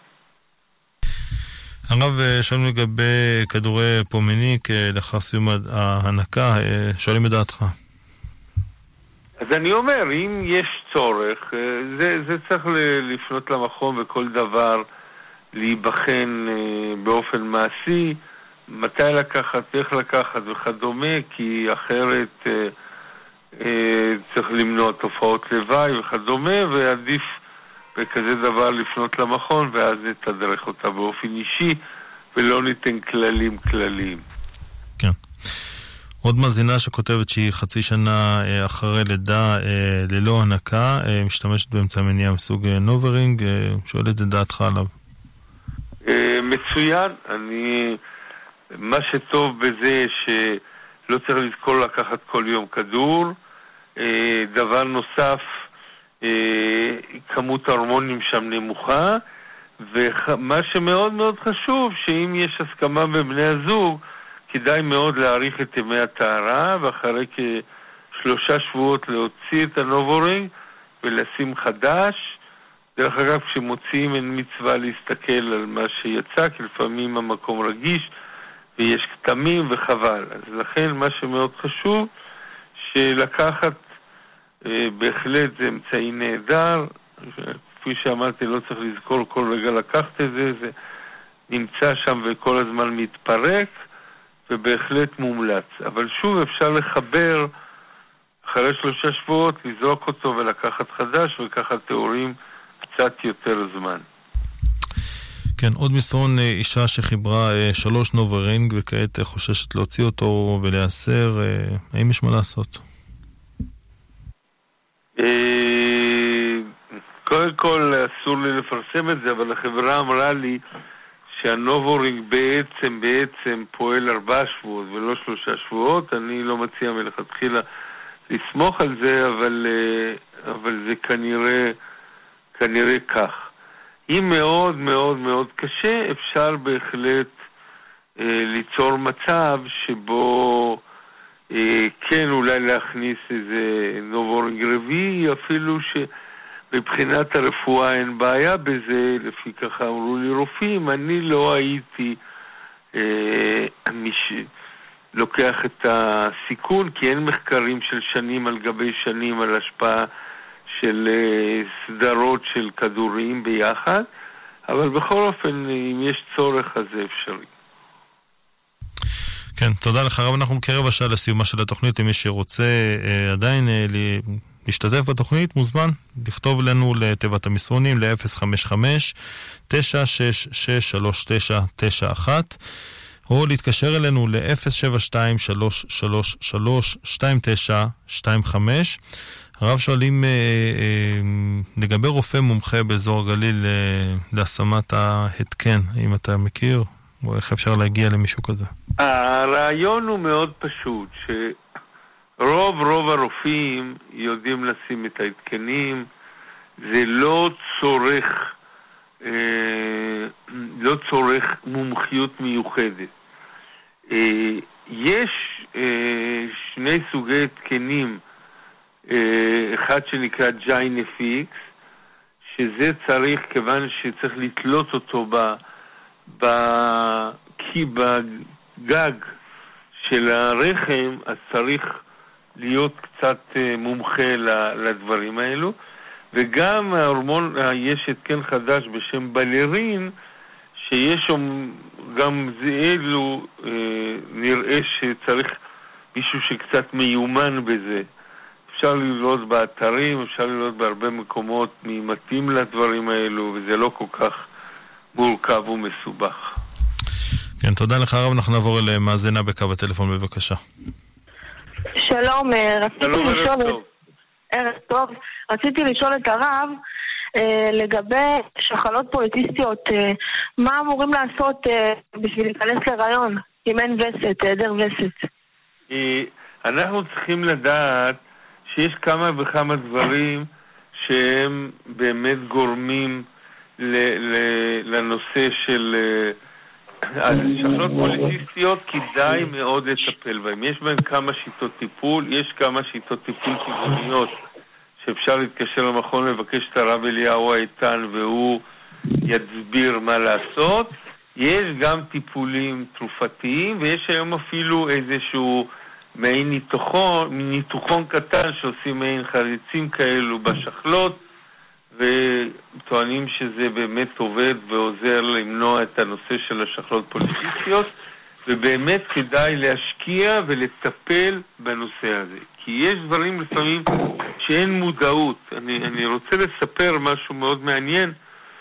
הרב, שואלים לגבי כדורי פומיניק לאחר סיום ההנקה, שואלים את דעתך. אז אני אומר, אם יש צורך, זה, זה צריך לפנות למכון וכל דבר להיבחן באופן מעשי, מתי לקחת, איך לקחת וכדומה, כי אחרת אה, אה, צריך למנוע תופעות לוואי וכדומה, ועדיף בכזה דבר לפנות למכון ואז נתדרך אותה באופן אישי ולא ניתן כללים כלליים. כן. עוד מאזינה שכותבת שהיא חצי שנה אחרי לידה ללא הנקה, משתמשת באמצע מניעה מסוג נוברינג, שואלת את דעתך עליו. מצוין. אני, מה שטוב בזה שלא צריך לזכור לקחת כל יום כדור. דבר נוסף, כמות ההורמונים שם נמוכה, ומה שמאוד מאוד חשוב, שאם יש הסכמה בבני הזוג, כדאי מאוד להאריך את ימי הטהרה, ואחרי כשלושה שבועות להוציא את הנובורינג ולשים חדש. דרך אגב, כשמוציאים אין מצווה להסתכל על מה שיצא, כי לפעמים המקום רגיש ויש כתמים וחבל. אז לכן מה שמאוד חשוב, שלקחת אה, בהחלט זה אמצעי נהדר, כפי שאמרתי, לא צריך לזכור כל רגע לקחת את זה, זה נמצא שם וכל הזמן מתפרק, ובהחלט מומלץ. אבל שוב אפשר לחבר אחרי שלושה שבועות, לזרוק אותו ולקחת חדש ולקחת תיאורים קצת יותר זמן. כן, עוד מסרון, אישה שחיברה שלוש נוברינג וכעת חוששת להוציא אותו ולהסר, האם יש מה לעשות? קודם כל אסור לי לפרסם את זה, אבל החברה אמרה לי שהנוברינג בעצם בעצם פועל ארבעה שבועות ולא שלושה שבועות. אני לא מציע מלכתחילה לסמוך על זה, אבל, אבל זה כנראה, כנראה כך. אם מאוד מאוד מאוד קשה, אפשר בהחלט אה, ליצור מצב שבו אה, כן אולי להכניס איזה נוברינג רביעי, אפילו שבבחינת הרפואה אין בעיה בזה, לפי ככה אמרו לי רופאים. אני לא הייתי אה, מיש... לוקח את הסיכון, כי אין מחקרים של שנים על גבי שנים על השפעה של סדרות של כדורים ביחד, אבל בכל אופן, אם יש צורך, אז זה אפשרי. כן, תודה לך רב. אנחנו קרב השעה לסיומה של התוכנית. אם מי שרוצה אה, עדיין אה, להשתתף בתוכנית, מוזמן לכתוב לנו לתיבת המסרונים ל-אפס חמש חמש תשע שש שש שלוש תשע תשע אחת או להתקשר אלינו ל-אפס שבע שתיים שלוש שלוש שלוש שתיים תשע שתיים חמש. הרב שואלים אה, אה, לגבי רופא מומחה באזור הגליל אה, להשמת ההתקן, האם אתה מכיר או איך אפשר להגיע למישהו כזה? הרעיון הוא מאוד פשוט, שרוב רוב הרופאים יודעים לשים את ההתקנים, זה לא צורך אה, לא צורך מומחיות מיוחדת. אה, יש אה, שני סוגי התקנים, אחד שנקרא ג'יינפיקס, שזה צריך, כיוון שצריך לתלות אותו ב, ב, כי בגג של הרחם, אז צריך להיות קצת מומחה לדברים האלו. וגם ההורמון, יש התקן חדש בשם בלרין, שיש גם זה אלו, נראה שצריך מישהו שקצת מיומן בזה. אפשר לראות באתרים, אפשר לראות בהרבה מקומות מי מתאים לדברים האלו, וזה לא כל כך מורכב ומסובך. כן, תודה לך הרב. אנחנו נעבור אל מאזינה בקו הטלפון, בבקשה. שלום, שלום, רציתי לשאול... טוב. ערב טוב. רציתי לשאול את הרב אה, לגבי שחלות פוליטיסטיות, אה, מה אמורים לעשות אה, בשביל להיכנס להיריון, אם אין וסת, היעדר וסת? אה, אנחנו צריכים לדעת שיש כמה וכמה דברים שהם באמת גורמים ל- ל- לנושא של אז שחלות פוליטיסטיות. כדאי מאוד לטפל בהם. יש בהם כמה שיטות טיפול, יש כמה שיטות טיפול כיווניות שאפשר להתקשר למכון לבקש את הרב אליהו איתן והוא יסביר מה לעשות. יש גם טיפולים תרופתיים, ויש היום אפילו איזשהו מעין ניתוחון, ניתוחון קטן שעושים מעין חריצים כאלו בשחלות, וטוענים שזה באמת עובד ועוזר למנוע את הנושא של השחלות פוליטיסטיות. ובאמת כדאי להשקיע ולטפל בנושא הזה. כי יש דברים לפעמים שאין מודעות. אני, אני רוצה לספר משהו מאוד מעניין.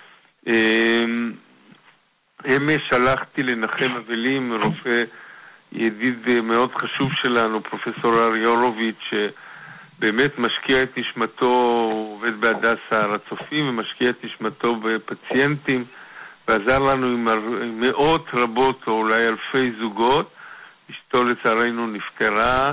אמש הלכתי לנחם אבלים, רופא ידיד מאוד חשוב שלנו, פרופסור אריה הורוביץ, שבאמת משקיע את נשמתו, הוא עובד בהדסה הר הצופים, ומשקיע את נשמתו בפציינטים, ועזר לנו עם מאות רבות או אולי אלפי זוגות. אשתו לצערנו נפטרה,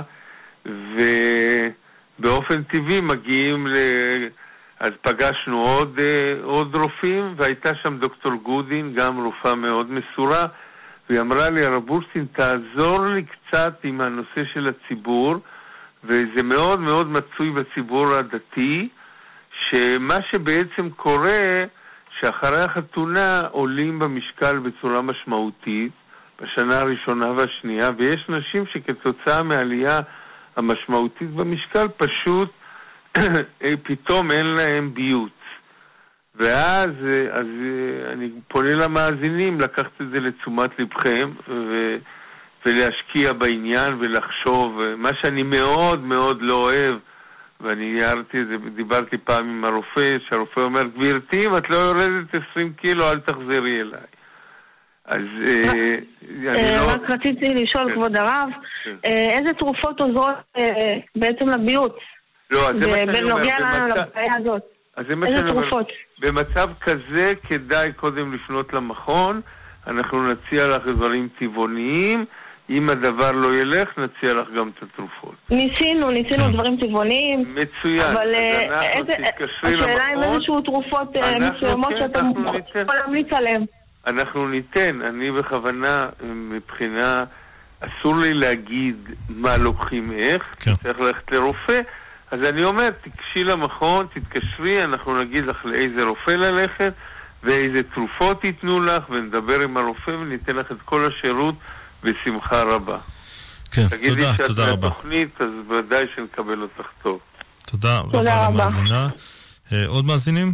ובאופן טבעי מגיעים ל... אז פגשנו עוד, עוד רופאים, והייתה שם דוקטור גודין, גם רופאה מאוד מסורה, והיא אמרה לי, הרב בורשטיין, תעזור לי קצת עם הנושא של הציבור, וזה מאוד מאוד מצוי בציבור הדתי, שמה שבעצם קורה, שאחרי החתונה עולים במשקל בצורה משמעותית, בשנה הראשונה והשנייה, ויש נשים שכתוצאה מהעלייה המשמעותית במשקל, פשוט פתאום אין להם ביוץ. ואז אז אני פונה למאזינים לקחת את זה לתשומת לבכם ו, ולהשקיע בעניין ולחשוב. מה שאני מאוד מאוד לא אוהב, ואני הערתי את זה, דיברתי פעם עם הרופא, שהרופא אומר, גבירתי, אם את לא יורדת עשרים קילו, אל תחזרי אליי. אז אני לא... רק רציתי לשאול, כבוד הרב, איזה תרופות עוזרות בעצם לביוץ? לא, אז זה מה שאני אומר, לבעיה הזאת. אז זה מה שאני אומר, במצב כזה כדאי קודם לפנות למכון, אנחנו נציע לך דברים טבעוניים, אם הדבר לא ילך, נציע לך גם את התרופות. ניסינו, ניסינו דברים טבעוניים. מצוין. אבל השאלה עם איזשהו תרופות מסוימות שאתה יכול להמליץ עליהן. אנחנו ניתן, אני בכוונה מבחינה, אסור לי להגיד מה לוקחים איך, צריך ללכת לרופא, אז אני אומר, תקשי למכון, תתקשרי, אנחנו נגיד לך לאיזה רופא ללכת, ואיזה תרופות ייתנו לך, ונדבר עם הרופא וניתן לך את כל השירות בשמחה רבה. כן, תודה, תודה רבה. תגידי שאת מהתוכנית, אז ודאי שנקבל אותך טוב. תודה רבה למאזינה. עוד מאזינים?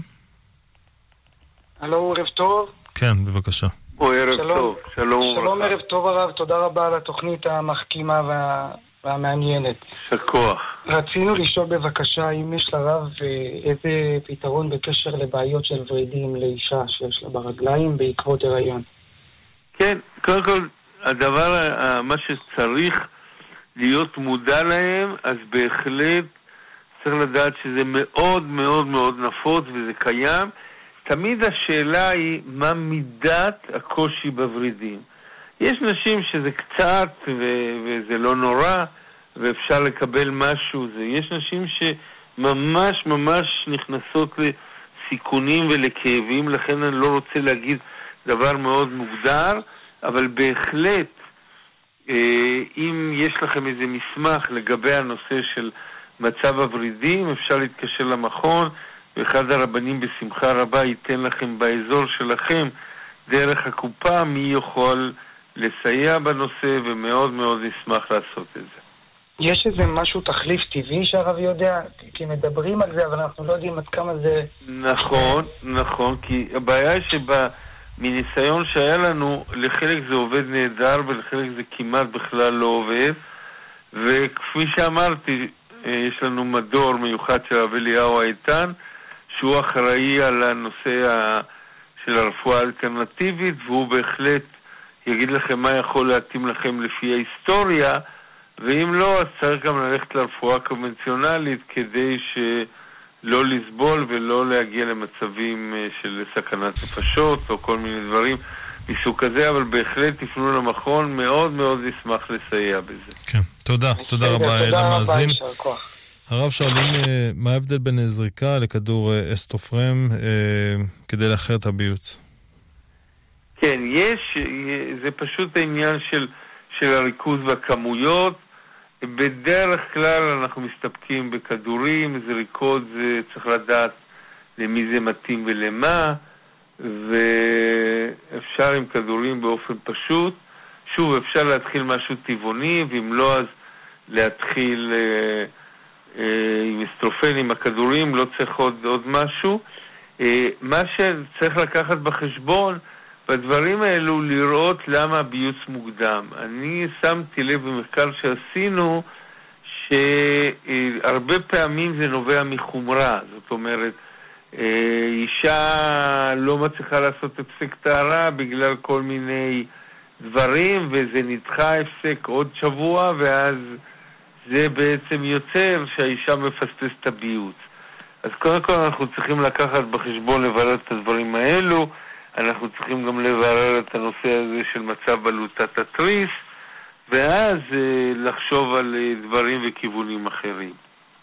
הלו, ערב טוב. כן, בבקשה. או ערב טוב, שלום. שלום, ערב טוב הרב, תודה רבה על התוכנית המחכימה וה... והמעניינת. שכוח. רצינו לשאול בבקשה אם יש לרב איזה פתרון בקשר לבעיות של ורידים לאישה שיש לה ברגליים בעקבות הריון. כן, קודם כל, הדבר, מה שצריך להיות מודע להם, אז בהחלט צריך לדעת שזה מאוד מאוד מאוד נפוץ וזה קיים. תמיד השאלה היא מה מידת הקושי בורידים. יש נשים שזה קצת ו- וזה לא נורא ואפשר לקבל משהו. זה. יש נשים שממש ממש נכנסות לסיכונים ולכאבים, לכן אני לא רוצה להגיד דבר מאוד מוגדר, אבל בהחלט אה, אם יש לכם איזה מסמך לגבי הנושא של מצב הורידים, אפשר להתקשר למכון, ואחד הרבנים בשמחה רבה ייתן לכם באזור שלכם דרך הקופה מי יכול לסייע בנושא, ומאוד מאוד נשמח לעשות את זה. יש איזה משהו תחליף טבעי שהרב יודע? כי מדברים על זה, אבל אנחנו לא יודעים עד כמה זה... נכון, נכון, כי הבעיה היא שמניסיון שהיה לנו, לחלק זה עובד נהדר, ולחלק זה כמעט בכלל לא עובד, וכפי שאמרתי, יש לנו מדור מיוחד של הרב אליהו האיתן, שהוא אחראי על הנושא של הרפואה האלטרנטיבית, והוא בהחלט יגיד לכם מה יכול להתאים לכם לפי ההיסטוריה, ואם לא, אז צריך גם ללכת לרפואה קונבנציונלית כדי שלא לסבול ולא להגיע למצבים של סכנת נפשות או כל מיני דברים מסוג כזה, אבל בהחלט תפנו למכון, מאוד מאוד נשמח לסייע בזה. כן, תודה, תודה רבה למאזין. הרב שואלים מה ההבדל בין זריקה לכדור אסטופרם כדי לאחר את הביוץ? כן, יש, זה פשוט העניין של, של הריכוז והכמויות. בדרך כלל אנחנו מסתפקים בכדורים, זריקות זה צריך לדעת למי זה מתאים ולמה, ואפשר עם כדורים באופן פשוט. שוב, אפשר להתחיל משהו טבעוני, ואם לא, אז להתחיל אה, אה, עם אסטרופן, עם הכדורים, לא צריך עוד, עוד משהו. אה, מה שצריך לקחת בחשבון, בדברים האלו לראות למה הביוץ מוקדם. אני שמתי לב במחקר שעשינו שהרבה פעמים זה נובע מחומרה, זאת אומרת, אישה לא מצליחה לעשות הפסק טהרה בגלל כל מיני דברים, וזה נדחה הפסק עוד שבוע, ואז זה בעצם יוצר שהאישה מפספסת את הביוץ. אז קודם כל אנחנו צריכים לקחת בחשבון לברר את הדברים האלו, אנחנו צריכים גם לברר את הנושא הזה של מצב בלוטת התריס, ואז לחשוב על דברים וכיוונים אחרים.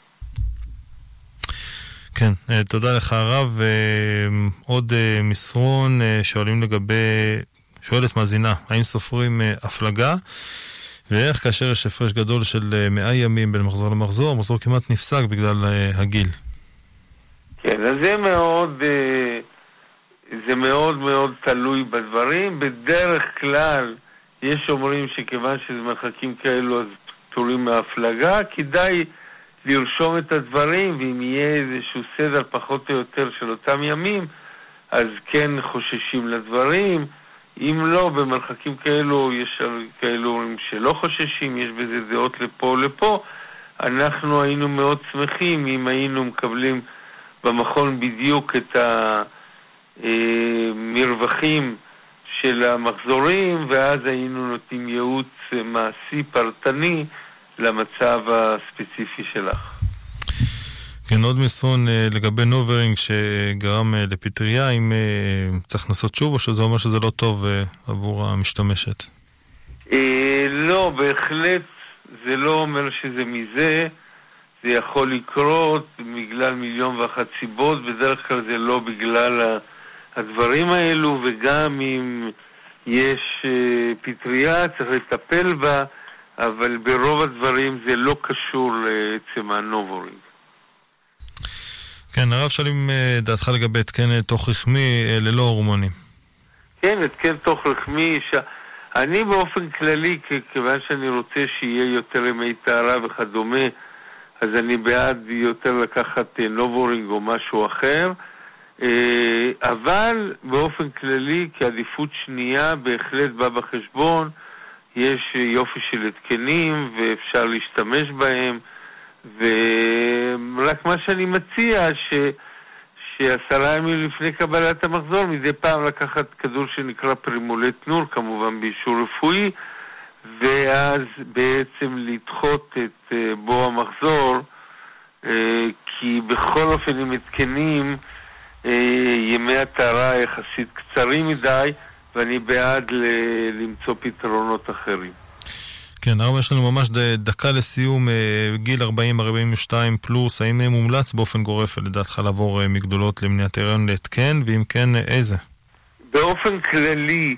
כן, תודה לך הרב. עוד מסרון שואלים לגבי, שואלת מאזינה, האם סופרים הפלגה? ואיך כאשר יש הפרש גדול של מאה ימים בין מחזור למחזור, המחזור כמעט נפסק בגלל הגיל. כן, אז זה מאוד, זה מאוד מאוד תלוי בדברים. בדרך כלל יש אומרים שכיוון שזה מרחקים כאלו אז פטורים מהפלגה, כדאי לרשום את הדברים, ואם יהיה איזשהו סדר פחות או יותר של אותם ימים, אז כן חוששים לדברים. אם לא, במרחקים כאלו, יש כאלו שלא חוששים, יש בזה דעות לפה או לפה. אנחנו היינו מאוד שמחים אם היינו מקבלים במכון בדיוק את המרווחים של המחזורים, ואז היינו נותנים ייעוץ מעשי פרטני למצב הספציפי שלך. כן, עוד מסרון לגבי נוברינג שגרם לפטריה, אם צריך לעשות שוב או שזה אומר שזה לא טוב עבור המשתמשת? לא, בהחלט זה לא אומר שזה מזה, זה יכול לקרות בגלל מיליון ואחת סיבות, בדרך כלל זה לא בגלל הדברים האלו, וגם אם יש פטריה צריך לטפל בה, אבל ברוב הדברים זה לא קשור לעצם הנוברינג. כן, הרב שואלים דעתך לגבי התקן תוך רחמי ללא הורמונים. כן, התקן תוך רחמי, ש... אני באופן כללי, כיוון שאני רוצה שיהיה יותר ימי טהרה וכדומה, אז אני בעד יותר לקחת נוברינג או משהו אחר, אבל באופן כללי, כעדיפות שנייה, בהחלט בא בחשבון, יש יופי של התקנים ואפשר להשתמש בהם, ורק מה שאני מציע ש... שעשרה ימים לפני קבלת המחזור מדי פעם לקחת כדור שנקרא פרימולט נור, כמובן באישור רפואי, ואז בעצם לדחות את בו המחזור, כי בכל אופן הם התקנים ימי הטהרה יחסית קצרים מדי, ואני בעד ל- למצוא פתרונות אחרים. כן, הרב, יש לנו ממש דקה לסיום, גיל ארבעים ארבעים ושתיים פלוס, האם מומלץ באופן גורף לדעתך לעבור מגדולות למניעת הריון להתקן, ואם כן, איזה? באופן כללי,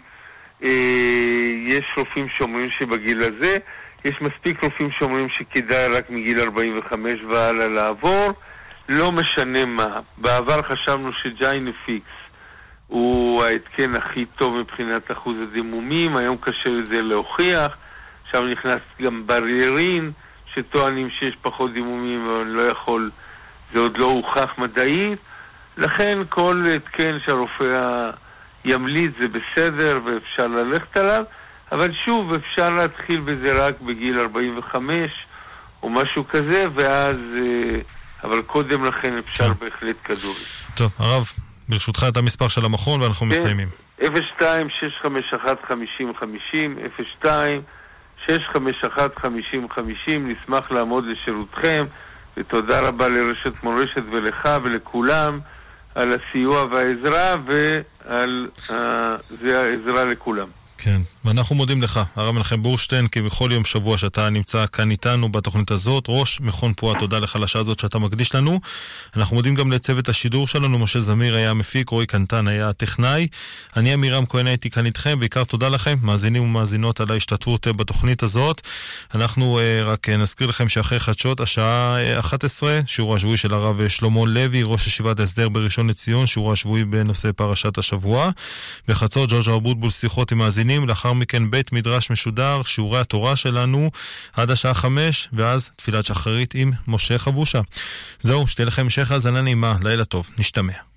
יש רופאים שאומרים שבגיל הזה, יש מספיק רופאים שאומרים שכדאי רק מגיל ארבעים וחמש והלאה לעבור, לא משנה מה. בעבר חשבנו שג'יינפיקס הוא ההתקן הכי טוב מבחינת אחוז הדימומים, היום קשה לזה להוכיח, עכשיו נכנס גם בריירין, שטוענים שיש פחות דימומים, אבל לא יכול, זה עוד לא הוכח מדעית, לכן כל התקן שהרופא ימליץ זה בסדר ואפשר ללכת עליו, אבל שוב אפשר להתחיל בזה רק בגיל ארבעים וחמש או משהו כזה, ואז, אבל קודם לכן אפשר בהחלט כדור. טוב, הרב, ברשותך את המספר של המכון ואנחנו מסיימים. אפס שתיים שש חמש אחת חמישים חמישים, אפס שתיים שש חמש אחת חמישים חמישים, נשמח לעמוד לשירותכם, ותודה רבה לרשת מורשת ולך ולכולם על הסיוע והעזרה ועל uh, זה העזרה לכולם. כן, ואנחנו מודים לך, הרב מנחם בורשטיין, כי בכל יום שבוע שאתה נמצא כאן איתנו בתוכנית הזאת, ראש מכון פועה, תודה לך על השעה הזאת שאתה מקדיש לנו. אנחנו מודים גם לצוות השידור שלנו, משה זמיר היה המפיק, רועי קנטן היה הטכנאי, אני אמירם כהן הייתי כאן איתכם, ועיקר תודה לכם, מאזינים ומאזינות על ההשתתפות בתוכנית הזאת. אנחנו רק נזכיר לכם שאחרי חדשות, השעה אחת עשרה, שיעור השבועי של הרב שלמה לוי, ראש ישיבת ההסדר בראשון לציון, שיעור השבועי בנושא פרשת השבוע. בחצות, ג'ורג' אבוטבול שיחות עם מאזינים, לאחר מכן בית מדרש משודר, שיעורי התורה שלנו עד השעה חמש, ואז תפילת שחרית עם משה חבושה. זהו, שתהיה לכם המשך האזנה נעימה, לילה טוב, נשתמע.